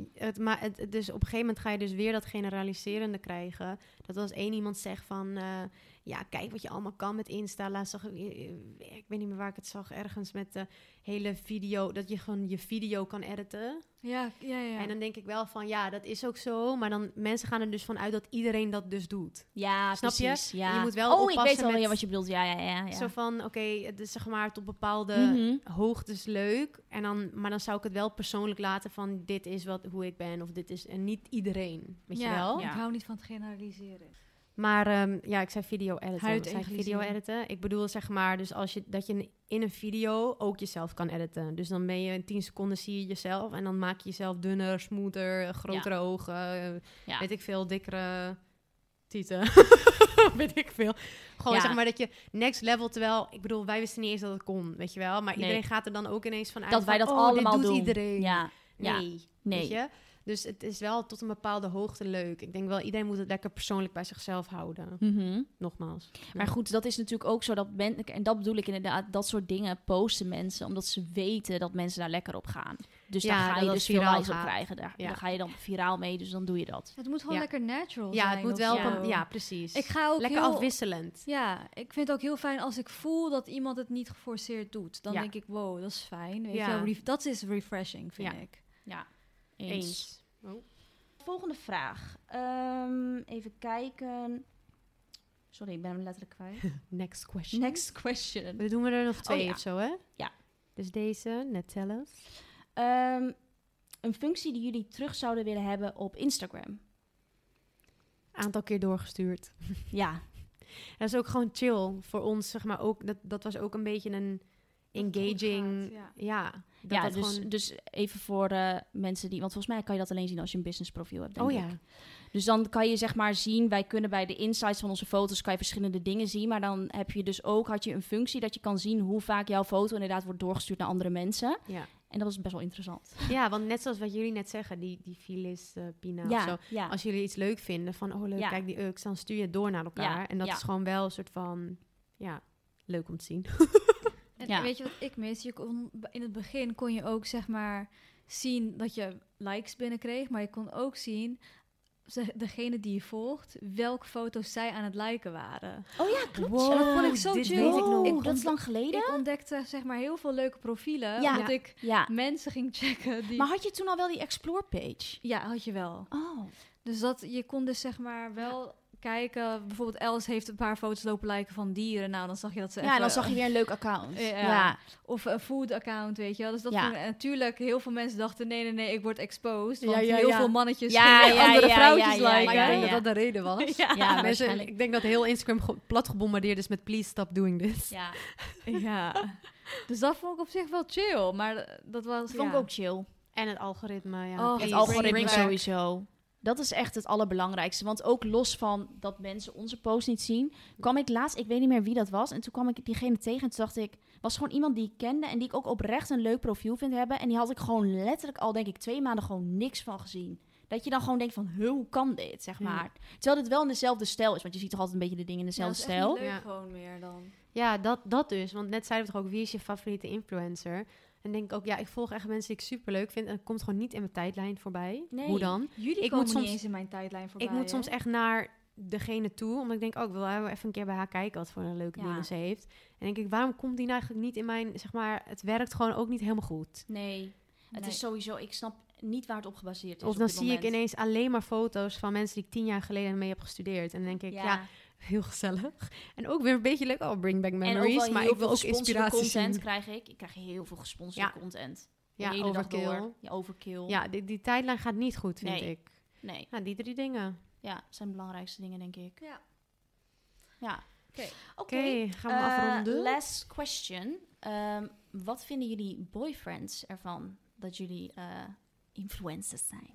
dus op een gegeven moment ga je dus weer dat generaliserende krijgen. Dat als één iemand zegt van... ja, kijk wat je allemaal kan met Insta. Laatst zag ik weet niet meer waar ik het zag. Ergens met de hele video... Dat je gewoon je video kan editen. Ja. En dan denk ik wel van... Ja, dat is ook zo. Maar dan mensen gaan er dus vanuit dat iedereen dat dus doet. Ja, Snap je? precies. Ja. Je moet wel ik oppassen weet al met- weer wat je bedoelt. Ja. Zo van, oké, het is zeg maar tot bepaalde Mhm. hoogtes leuk. Maar dan zou ik het wel persoonlijk laten van... Dit is hoe ik ben. Of dit is... En niet iedereen. Weet je wel? Ik hou niet van het generaliseren. Maar ja, ik zei video editen. Huid Zei ik video egaliseren. editen? Ik bedoel zeg maar, dus dat je in een video ook jezelf kan editen. Dus dan ben je in 10 seconden zie je jezelf. En dan maak je jezelf dunner, smoother, grotere ogen. Ja. Weet ik veel, dikkere tieten. Weet ik veel. Gewoon Ja. zeg maar dat je next level, terwijl... Ik bedoel, wij wisten niet eens dat het kon, weet je wel. Maar Nee. iedereen gaat er dan ook ineens van uit Dat wij van, dat oh, allemaal dit doet doen. iedereen. Ja. Nee. Nee. Weet je? Dus het is wel tot een bepaalde hoogte leuk. Ik denk wel, iedereen moet het lekker persoonlijk bij zichzelf houden. Mhm. Nogmaals. Maar goed, dat is natuurlijk ook zo dat en dat bedoel ik inderdaad, dat soort dingen posten mensen omdat ze weten dat mensen daar lekker op gaan. Dus Ja, daar ga dat je het dus veel viraal likes op gaat. krijgen. Daar Ja. ga je dan viraal mee, dus dan doe je dat. Het moet gewoon Ja. lekker natural Ja, zijn. het moet of wel... zo. Ja, precies. Ik ga ook lekker heel... afwisselend. Ja, ik vind het ook heel fijn als ik voel dat iemand het niet geforceerd doet. Dan Ja. denk ik, wow, dat is fijn. Weet Ja. je wel. Dat is refreshing, vind Ja. ik. Ja, Eens. Volgende vraag. Even kijken. Sorry, ik ben hem letterlijk kwijt. Next question. Next question. Dan doen we er nog 2 ja. of zo, hè? Ja. Dus deze, net tell us. Een functie die jullie terug zouden willen hebben op Instagram. Aantal keer doorgestuurd. Ja, Dat is ook gewoon chill voor ons, zeg maar. Ook, dat was ook een beetje een engaging... goed gaat, ja. Dat ja dat dus, gewoon... dus even voor mensen die... Want volgens mij kan je dat alleen zien als je een business profiel hebt, denk Oh ik. ja. Dus dan kan je zeg maar zien... Wij kunnen bij de insights van onze foto's... kan je verschillende dingen zien. Maar dan heb je dus ook... had je een functie dat je kan zien... hoe vaak jouw foto inderdaad wordt doorgestuurd naar andere mensen. Ja. En dat was best wel interessant. Ja, want net zoals wat jullie net zeggen, die Phyllis Pina of zo. ja. Als jullie iets leuk vinden, van oh leuk, Ja. kijk die ux, dan stuur je het door naar elkaar. Ja, En dat ja. is gewoon wel een soort van, ja, leuk om te zien. En Ja. weet je wat ik mis? In het begin kon je ook zeg maar zien dat je likes binnenkreeg, maar je kon ook zien degene die je volgt, welke foto's zij aan het liken waren. Oh ja, klopt. Wow, En dat vond ik zo dit chill. weet ik nog. Oh, dat is lang geleden? Ik ontdekte zeg maar heel veel leuke profielen, Ja. omdat ik Ja. mensen ging checken die... Maar had je toen al wel die explore page? Ja, had je wel. Oh. Dus je kon dus zeg maar wel kijken. Bijvoorbeeld Els heeft een paar foto's lopen liken van dieren. Nou, dan zag je dat ze Ja, even... dan zag je weer een leuk account. Ja. Of een food account, weet je wel. Dus dat Ja. vond ik- en natuurlijk, heel veel mensen dachten... nee, ik word exposed. Ja, Want ja, heel ja. veel mannetjes Ja, gingen ja, andere ja, vrouwtjes ja, ja, liken. Maar ik denk ja. dat dat de reden was. Ja. Ja, Mensen, waarschijnlijk. ik denk dat heel Instagram plat gebombardeerd is met please stop doing this. Ja, Ja. Dus dat vond ik op zich wel chill. Maar dat was... dat vond ik ja. ook chill. En het algoritme, ja. Oh, Het please, algoritme bring back. sowieso. Dat is echt het allerbelangrijkste. Want ook los van dat mensen onze post niet zien... kwam ik laatst, ik weet niet meer wie dat was... en toen kwam ik diegene tegen en toen dacht ik... was gewoon iemand die ik kende... en die ik ook oprecht een leuk profiel vind hebben... en die had ik gewoon letterlijk al, denk ik, 2 maanden gewoon niks van gezien. Dat je dan gewoon denkt van, hoe kan dit, zeg maar. Terwijl het wel in dezelfde stijl is. Want je ziet toch altijd een beetje de dingen in dezelfde stijl. Dat is echt niet leuk Ja. gewoon meer dan. Ja, dat dus. Want net zeiden we toch ook, wie is je favoriete influencer? En denk ik ook, ik volg echt mensen die ik superleuk vind. En het komt gewoon niet in mijn tijdlijn voorbij. Nee. Hoe dan? Jullie Ik komen moet niet soms- eens in mijn tijdlijn voorbij. Ik moet soms echt naar degene toe. Omdat ik denk, ik wil even een keer bij haar kijken wat voor een leuke Ja. dingen ze heeft. En denk ik, waarom komt die nou eigenlijk niet in mijn, zeg maar, het werkt gewoon ook niet helemaal goed. Nee, het is sowieso... Ik snap niet waar het op gebaseerd is. Of op dan dit zie ik moment. ineens alleen maar foto's van mensen die ik 10 jaar geleden mee heb gestudeerd. En dan denk ik, ja, heel gezellig. En ook weer een beetje leuk, bring back En ook memories. wel Maar heel ik wil veel ook gesponsorde inspiratie content zien. krijg ik. Ik krijg heel veel gesponsorde Ja. content. Ja, De hele dag overkill. door. Ja, overkill. Ja, die tijdlijn gaat niet goed, vind Nee. ik. Nee, Ja, die 3 dingen. ja, zijn de belangrijkste dingen, denk ik. Ja. Ja. Oké. Oké, gaan we afronden? Last question. Wat vinden jullie boyfriends ervan dat jullie influencers zijn?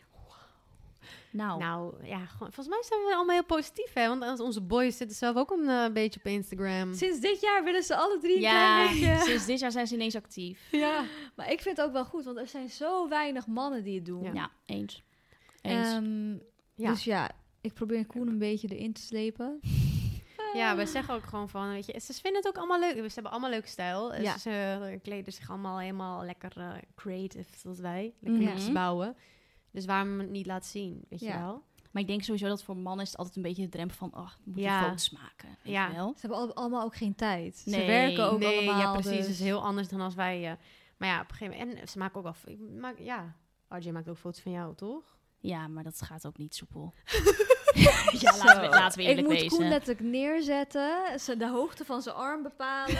Nou, Nou, ja, gewoon, volgens mij zijn we allemaal heel positief, hè? Want onze boys zitten zelf ook een beetje op Instagram. Sinds dit jaar willen ze alle 3 een ja, klein beetje. sinds dit jaar zijn ze ineens actief. Ja. Maar ik vind het ook wel goed, want er zijn zo weinig mannen die het doen. Ja. Ja, eens. Eens. Ja. Dus ja, ik probeer Koen een beetje erin te slepen. Ja, we zeggen ook gewoon van, weet je, ze vinden het ook allemaal leuk. Ze hebben allemaal leuke stijl. Ja. Ze kleden zich allemaal helemaal lekker creative, zoals wij. Lekker Mhm. iets bouwen. Dus waarom het niet laten zien, weet je Ja. wel? Maar ik denk sowieso dat voor mannen is het altijd een beetje de drempel van... moet je Ja. foto's maken, weet Ja. je wel? Ze hebben allemaal ook geen tijd. Ze Nee. werken ook Nee, allemaal. ja, precies. dus- Het is heel anders dan als wij... maar ja, op een gegeven moment... En ze maken ook al... RJ maakt ook foto's van jou, toch? Ja, maar dat gaat ook niet soepel. Ja, laten we ik eerlijk moet wezen. Koen letterlijk neerzetten, de hoogte van zijn arm bepalen.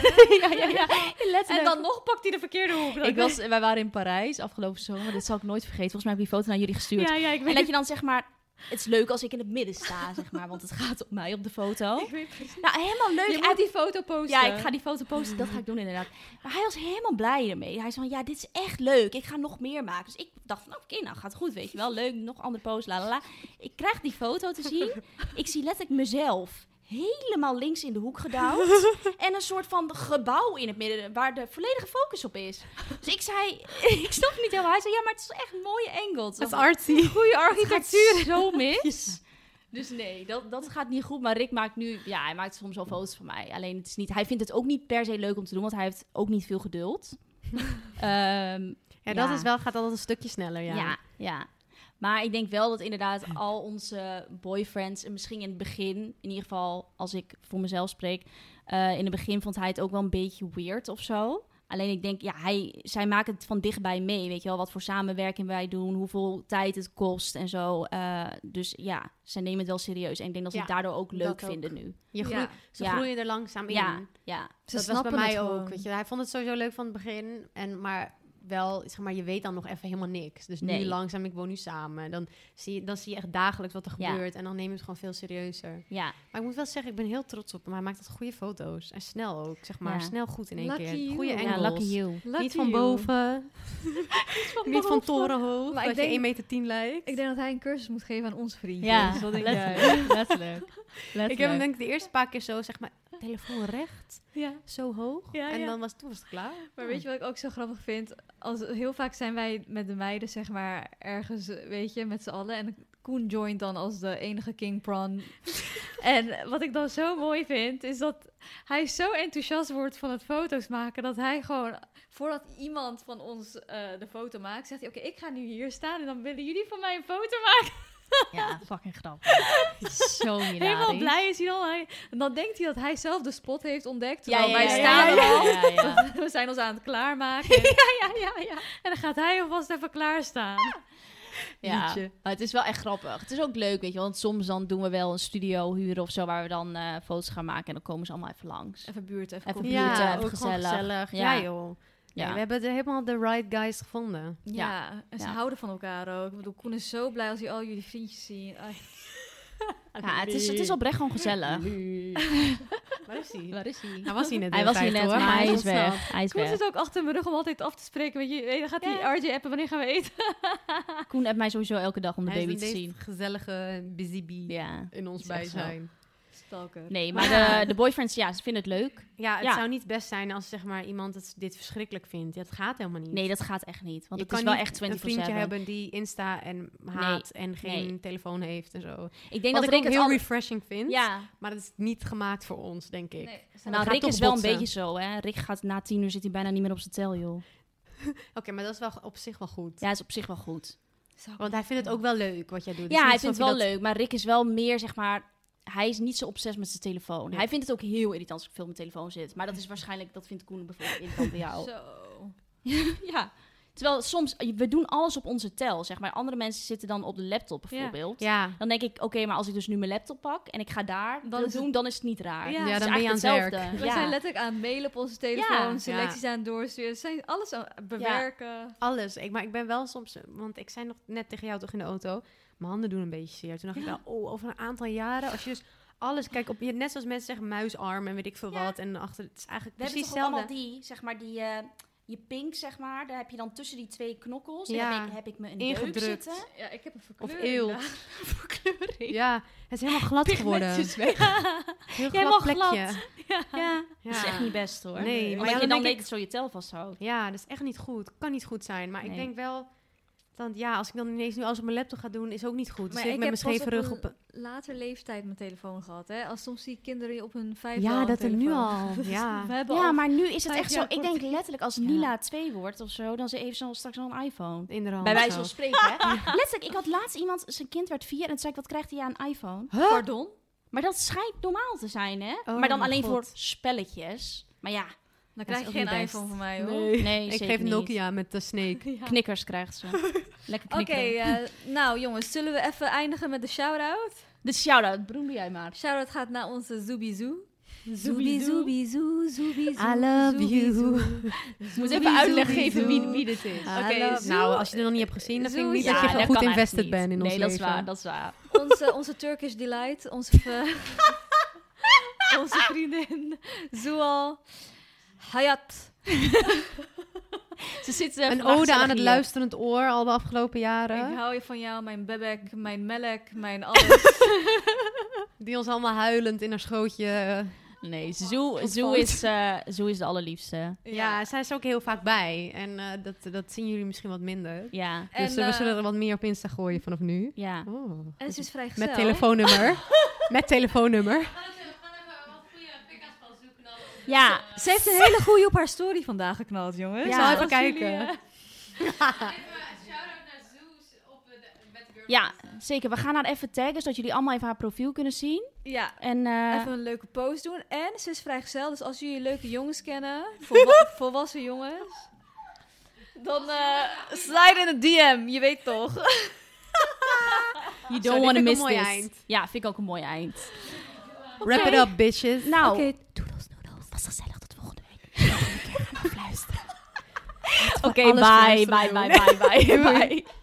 En dan nog pakt hij de verkeerde hoek. Wij waren in Parijs afgelopen zomer. Dit zal ik nooit vergeten. Volgens mij heb ik die foto naar jullie gestuurd. Ja, ik En weet dat je dan zeg maar... Het is leuk als ik in het midden sta, zeg maar. Want het gaat op mij op de foto. Nou, helemaal leuk. Je moet die foto posten. Ja, ik ga die foto posten. Dat ga ik doen inderdaad. Maar hij was helemaal blij ermee. Hij zei van, ja, dit is echt leuk. Ik ga nog meer maken. Dus ik dacht van, oké, nou gaat goed, weet je wel. Leuk, nog andere posts, la la la. Ik krijg die foto te zien. Ik zie letterlijk mezelf helemaal links in de hoek gedouwd. En een soort van gebouw in het midden waar de volledige focus op is. Dus ik zei, ik snap het niet helemaal. Hij zei, ja, maar het is echt een mooie angle. Dat is artsy. Goede architectuur. Zo mis. Dus nee, dat gaat niet goed. Maar Rick maakt nu... Ja, hij maakt soms wel foto's van mij. Alleen het is niet... Hij vindt het ook niet per se leuk om te doen. Want hij heeft ook niet veel geduld. Ja, dat Ja. is wel, gaat altijd een stukje sneller, Ja. Maar ik denk wel dat inderdaad al onze boyfriends... En misschien in het begin, in ieder geval als ik voor mezelf spreek... in het begin vond hij het ook wel een beetje weird of zo. Alleen ik denk, ja, zij maken het van dichtbij mee. Weet je wel, wat voor samenwerking wij doen, hoeveel tijd het kost en zo. Dus ja, zij nemen het wel serieus. En ik denk dat ze Ja, het daardoor ook leuk dat ook. vinden nu. Ze Ja. groeien er langzaam in. Ja. Ze Dat was snappen bij mij het ook. gewoon. Weet je. Hij vond het sowieso leuk van het begin. Maar wel, zeg maar, je weet dan nog even helemaal niks. Dus Nee. nu langzaam, ik woon nu samen. Dan zie je echt dagelijks wat er Ja. gebeurt. En dan neem je het gewoon veel serieuzer. Ja, Maar ik moet wel zeggen, ik ben heel trots op hem. Hij maakt altijd goede foto's. En snel ook, zeg maar. Ja. Snel goed in één Lucky keer. you. Goede Ja, angles. lucky you. Lucky Niet van you. boven. Niet van torenhoog. Maar Dat ik je denk- 1,10 meter lijkt. Ik denk dat hij een cursus moet geven aan ons vriendje. Ja, Dus wat denk letterlijk. jij? letterlijk. Ik heb hem denk ik de eerste paar keer zo, zeg maar, telefoon recht. Ja. Zo hoog. Ja, en ja. toen was het klaar. Maar weet je wat ik ook zo grappig vind? Heel vaak zijn wij met de meiden, zeg maar, ergens, weet je, met z'n allen. En Koen joint dan als de enige king prawn. En wat ik dan zo mooi vind, is dat hij zo enthousiast wordt van het foto's maken, dat hij gewoon, voordat iemand van ons de foto maakt, zegt hij, oké, ik ga nu hier staan en dan willen jullie van mij een foto maken. Ja, fucking grappig. Zo hilarisch. Helemaal blij is hij dan. En dan denkt hij dat hij zelf de spot heeft ontdekt, Ja, terwijl ja, wij ja, staan ja, er al. ja, ja. We zijn ons aan het klaarmaken. Ja. En dan gaat hij alvast even klaarstaan. Ja, Liedje. maar het is wel echt grappig. Het is ook leuk, weet je, want soms dan doen we wel een studio huren of zo, waar we dan foto's gaan maken en dan komen ze allemaal even langs. Even buurt, even Even koffie. buurt, Ja, even ook gewoon gezellig. gezellig. Ja. Ja, joh. Ja. Nee, we hebben helemaal de right guys gevonden. Ja, en ze Ja. houden van elkaar ook. Ik bedoel, Koen is zo blij als hij al jullie vriendjes ziet. Ai. Ja, het is oprecht gewoon gezellig. Waar is hij? Waar is hij? Hij was hier net. Hij heel was hier tijd, net, hoor, maar hij is ontsnapt. weg. Hij is Koen weg. zit ook achter mijn rug om altijd af te spreken. Weet je, dan gaat hij RJ appen, wanneer gaan we eten? Koen appt mij sowieso elke dag om de Hij is baby de te meest zien. gezellige busy bee Ja. in ons is echt zo. bijzijn. Stalker. Nee, maar de boyfriends, ze vinden het leuk. Ja, het Ja. zou niet best zijn als zeg maar iemand dit verschrikkelijk vindt. Ja, dat gaat helemaal niet. Nee, dat gaat echt niet. Want je het is kan wel niet echt 24/7. een vriendje hebben die Insta en haat en geen telefoon heeft en zo. Ik denk Wat dat ik Rick ook het heel refreshing vind. Ja, Maar dat is niet gemaakt voor ons, denk ik. Nee, nou, gaat Rick toch is wel botsen. een beetje zo, hè. Rick gaat na 10 uur zit hij bijna niet meer op zijn tel, joh. Oké, maar dat is wel op zich wel goed. Ja, is op zich wel goed. Want hij vindt het ook wel leuk wat jij doet. Dus Ja, niet hij vindt het alsof wel je leuk. Maar Rick is wel meer, zeg maar... Hij is niet zo obsessief met zijn telefoon. Ja. Hij vindt het ook heel irritant als ik veel op mijn telefoon zit. Maar dat is waarschijnlijk... Dat vindt Koen bijvoorbeeld irritant bij jou. Zo. Ja. Terwijl soms... We doen alles op onze tel, zeg maar. Andere mensen zitten dan op de laptop bijvoorbeeld. Ja, Dan denk ik, oké, maar als ik dus nu mijn laptop pak... En ik ga daar Dan dat is het- doen, dan is het niet raar. Ja, Het is dan ben je eigenlijk aan het werk. hetzelfde. We Ja. zijn letterlijk aan het mailen op onze telefoon, Ja. selecties aan het doorsturen. We zijn alles aan het bewerken. alles. Maar ik ben wel soms... Want ik zei nog net tegen jou toch in de auto... Mijn handen doen een beetje zeer. Toen dacht ik wel, over een aantal jaren... Als je dus alles... Kijk, net zoals mensen zeggen muisarm en weet ik veel Ja. wat. En achter... Het is eigenlijk We hebben precies toch ook hetzelfde. allemaal die, zeg maar, die... je pink, zeg maar, daar heb je dan tussen die twee knokkels. Ja. Heb ik me een deuk Ingedrukt. zitten. Ja, ik heb een Of verkleuring. eelt. daar. Verkleuring. Ja, het is helemaal glad geworden. Pigmentjes weg. Heel Helemaal glad plekje. Ja. Ja. Dat is echt niet best, hoor. Nee, maar Omdat ja, je dan dan denk weet zo je tel vasthoudt. Ja, dat is echt niet goed. Kan niet goed zijn. Maar ik Nee. denk wel... Dan, ja, als ik dan ineens nu alles op mijn laptop ga doen... Is ook niet goed. Dus Maar zit ik met heb mijn pas scheve rug op op... een later leeftijd mijn telefoon gehad, hè. Als soms die kinderen op hun 5 Ja, dat er nu al. Ja. We hebben Ja, al... maar nu is het 5 echt zo. jaar Ik denk letterlijk als Ja. Nila 2 wordt of zo, dan heeft ze straks al een iPhone. In de hand. Bij wijze zo. van spreken, hè? Letterlijk, ik had laatst iemand, zijn kind werd 4 en toen zei ik, wat krijgt hij aan een iPhone? Pardon? Maar dat schijnt normaal te zijn, hè? Oh, maar dan mijn alleen God. voor spelletjes. Maar ja, Dan Dat krijg is je ook geen niet best. iPhone van mij, hoor. nee, Ik zeker geef niet. Nokia met de Snake. Ja. Knikkers krijgt ze. Lekker Oké, knikkeren. nou jongens, zullen we even eindigen met de shout-out? De shout-out, beroemde jij maar. Shout-out gaat naar onze Zoobie-Zoo. Zoobie-zoo. I love you. Ik moet even uitleg geven wie dit is. Oké, Nou, als je het nog niet hebt gezien, dan vind ik niet Ja, dat je dat goed kan invested eigenlijk bent in niet. ons Nee, leven. dat is waar. Onze Turkish Delight, onze vriendin Zoal Hayat. Ze zit Een ode aan het luisterend oor al de afgelopen jaren. Ik hou je van jou, mijn bebek, mijn melk, mijn alles. Die ons allemaal huilend in haar schootje... Nee, Zoe is de allerliefste. Ja, zij is ook heel vaak bij. En dat zien jullie misschien wat minder. Ja. Dus En, we zullen er wat meer op Insta gooien vanaf nu. Ja. Oh. En ze is vrij Met gezellig. telefoonnummer. Met telefoonnummer. Ja. Ze heeft een hele goeie op haar story vandaag geknald, jongens. Ja. Ik zal even Als kijken. jullie, Ja, zeker. We gaan haar even taggen, zodat jullie allemaal even haar profiel kunnen zien. ja, En even een leuke post doen. En ze is vrij gezellig, dus als jullie leuke jongens kennen, volwassen jongens, dan slide in een DM, je weet toch. you Zo, don't dit want to vind ik een miss mooi this. eind. Ja, vind ik ook een mooi eind. Wrap it up, bitches. Nou, Oké, was gezellig. Tot volgende week. Oké, alles bye, fluisteren bye, doen. bye, bye, bye, bye.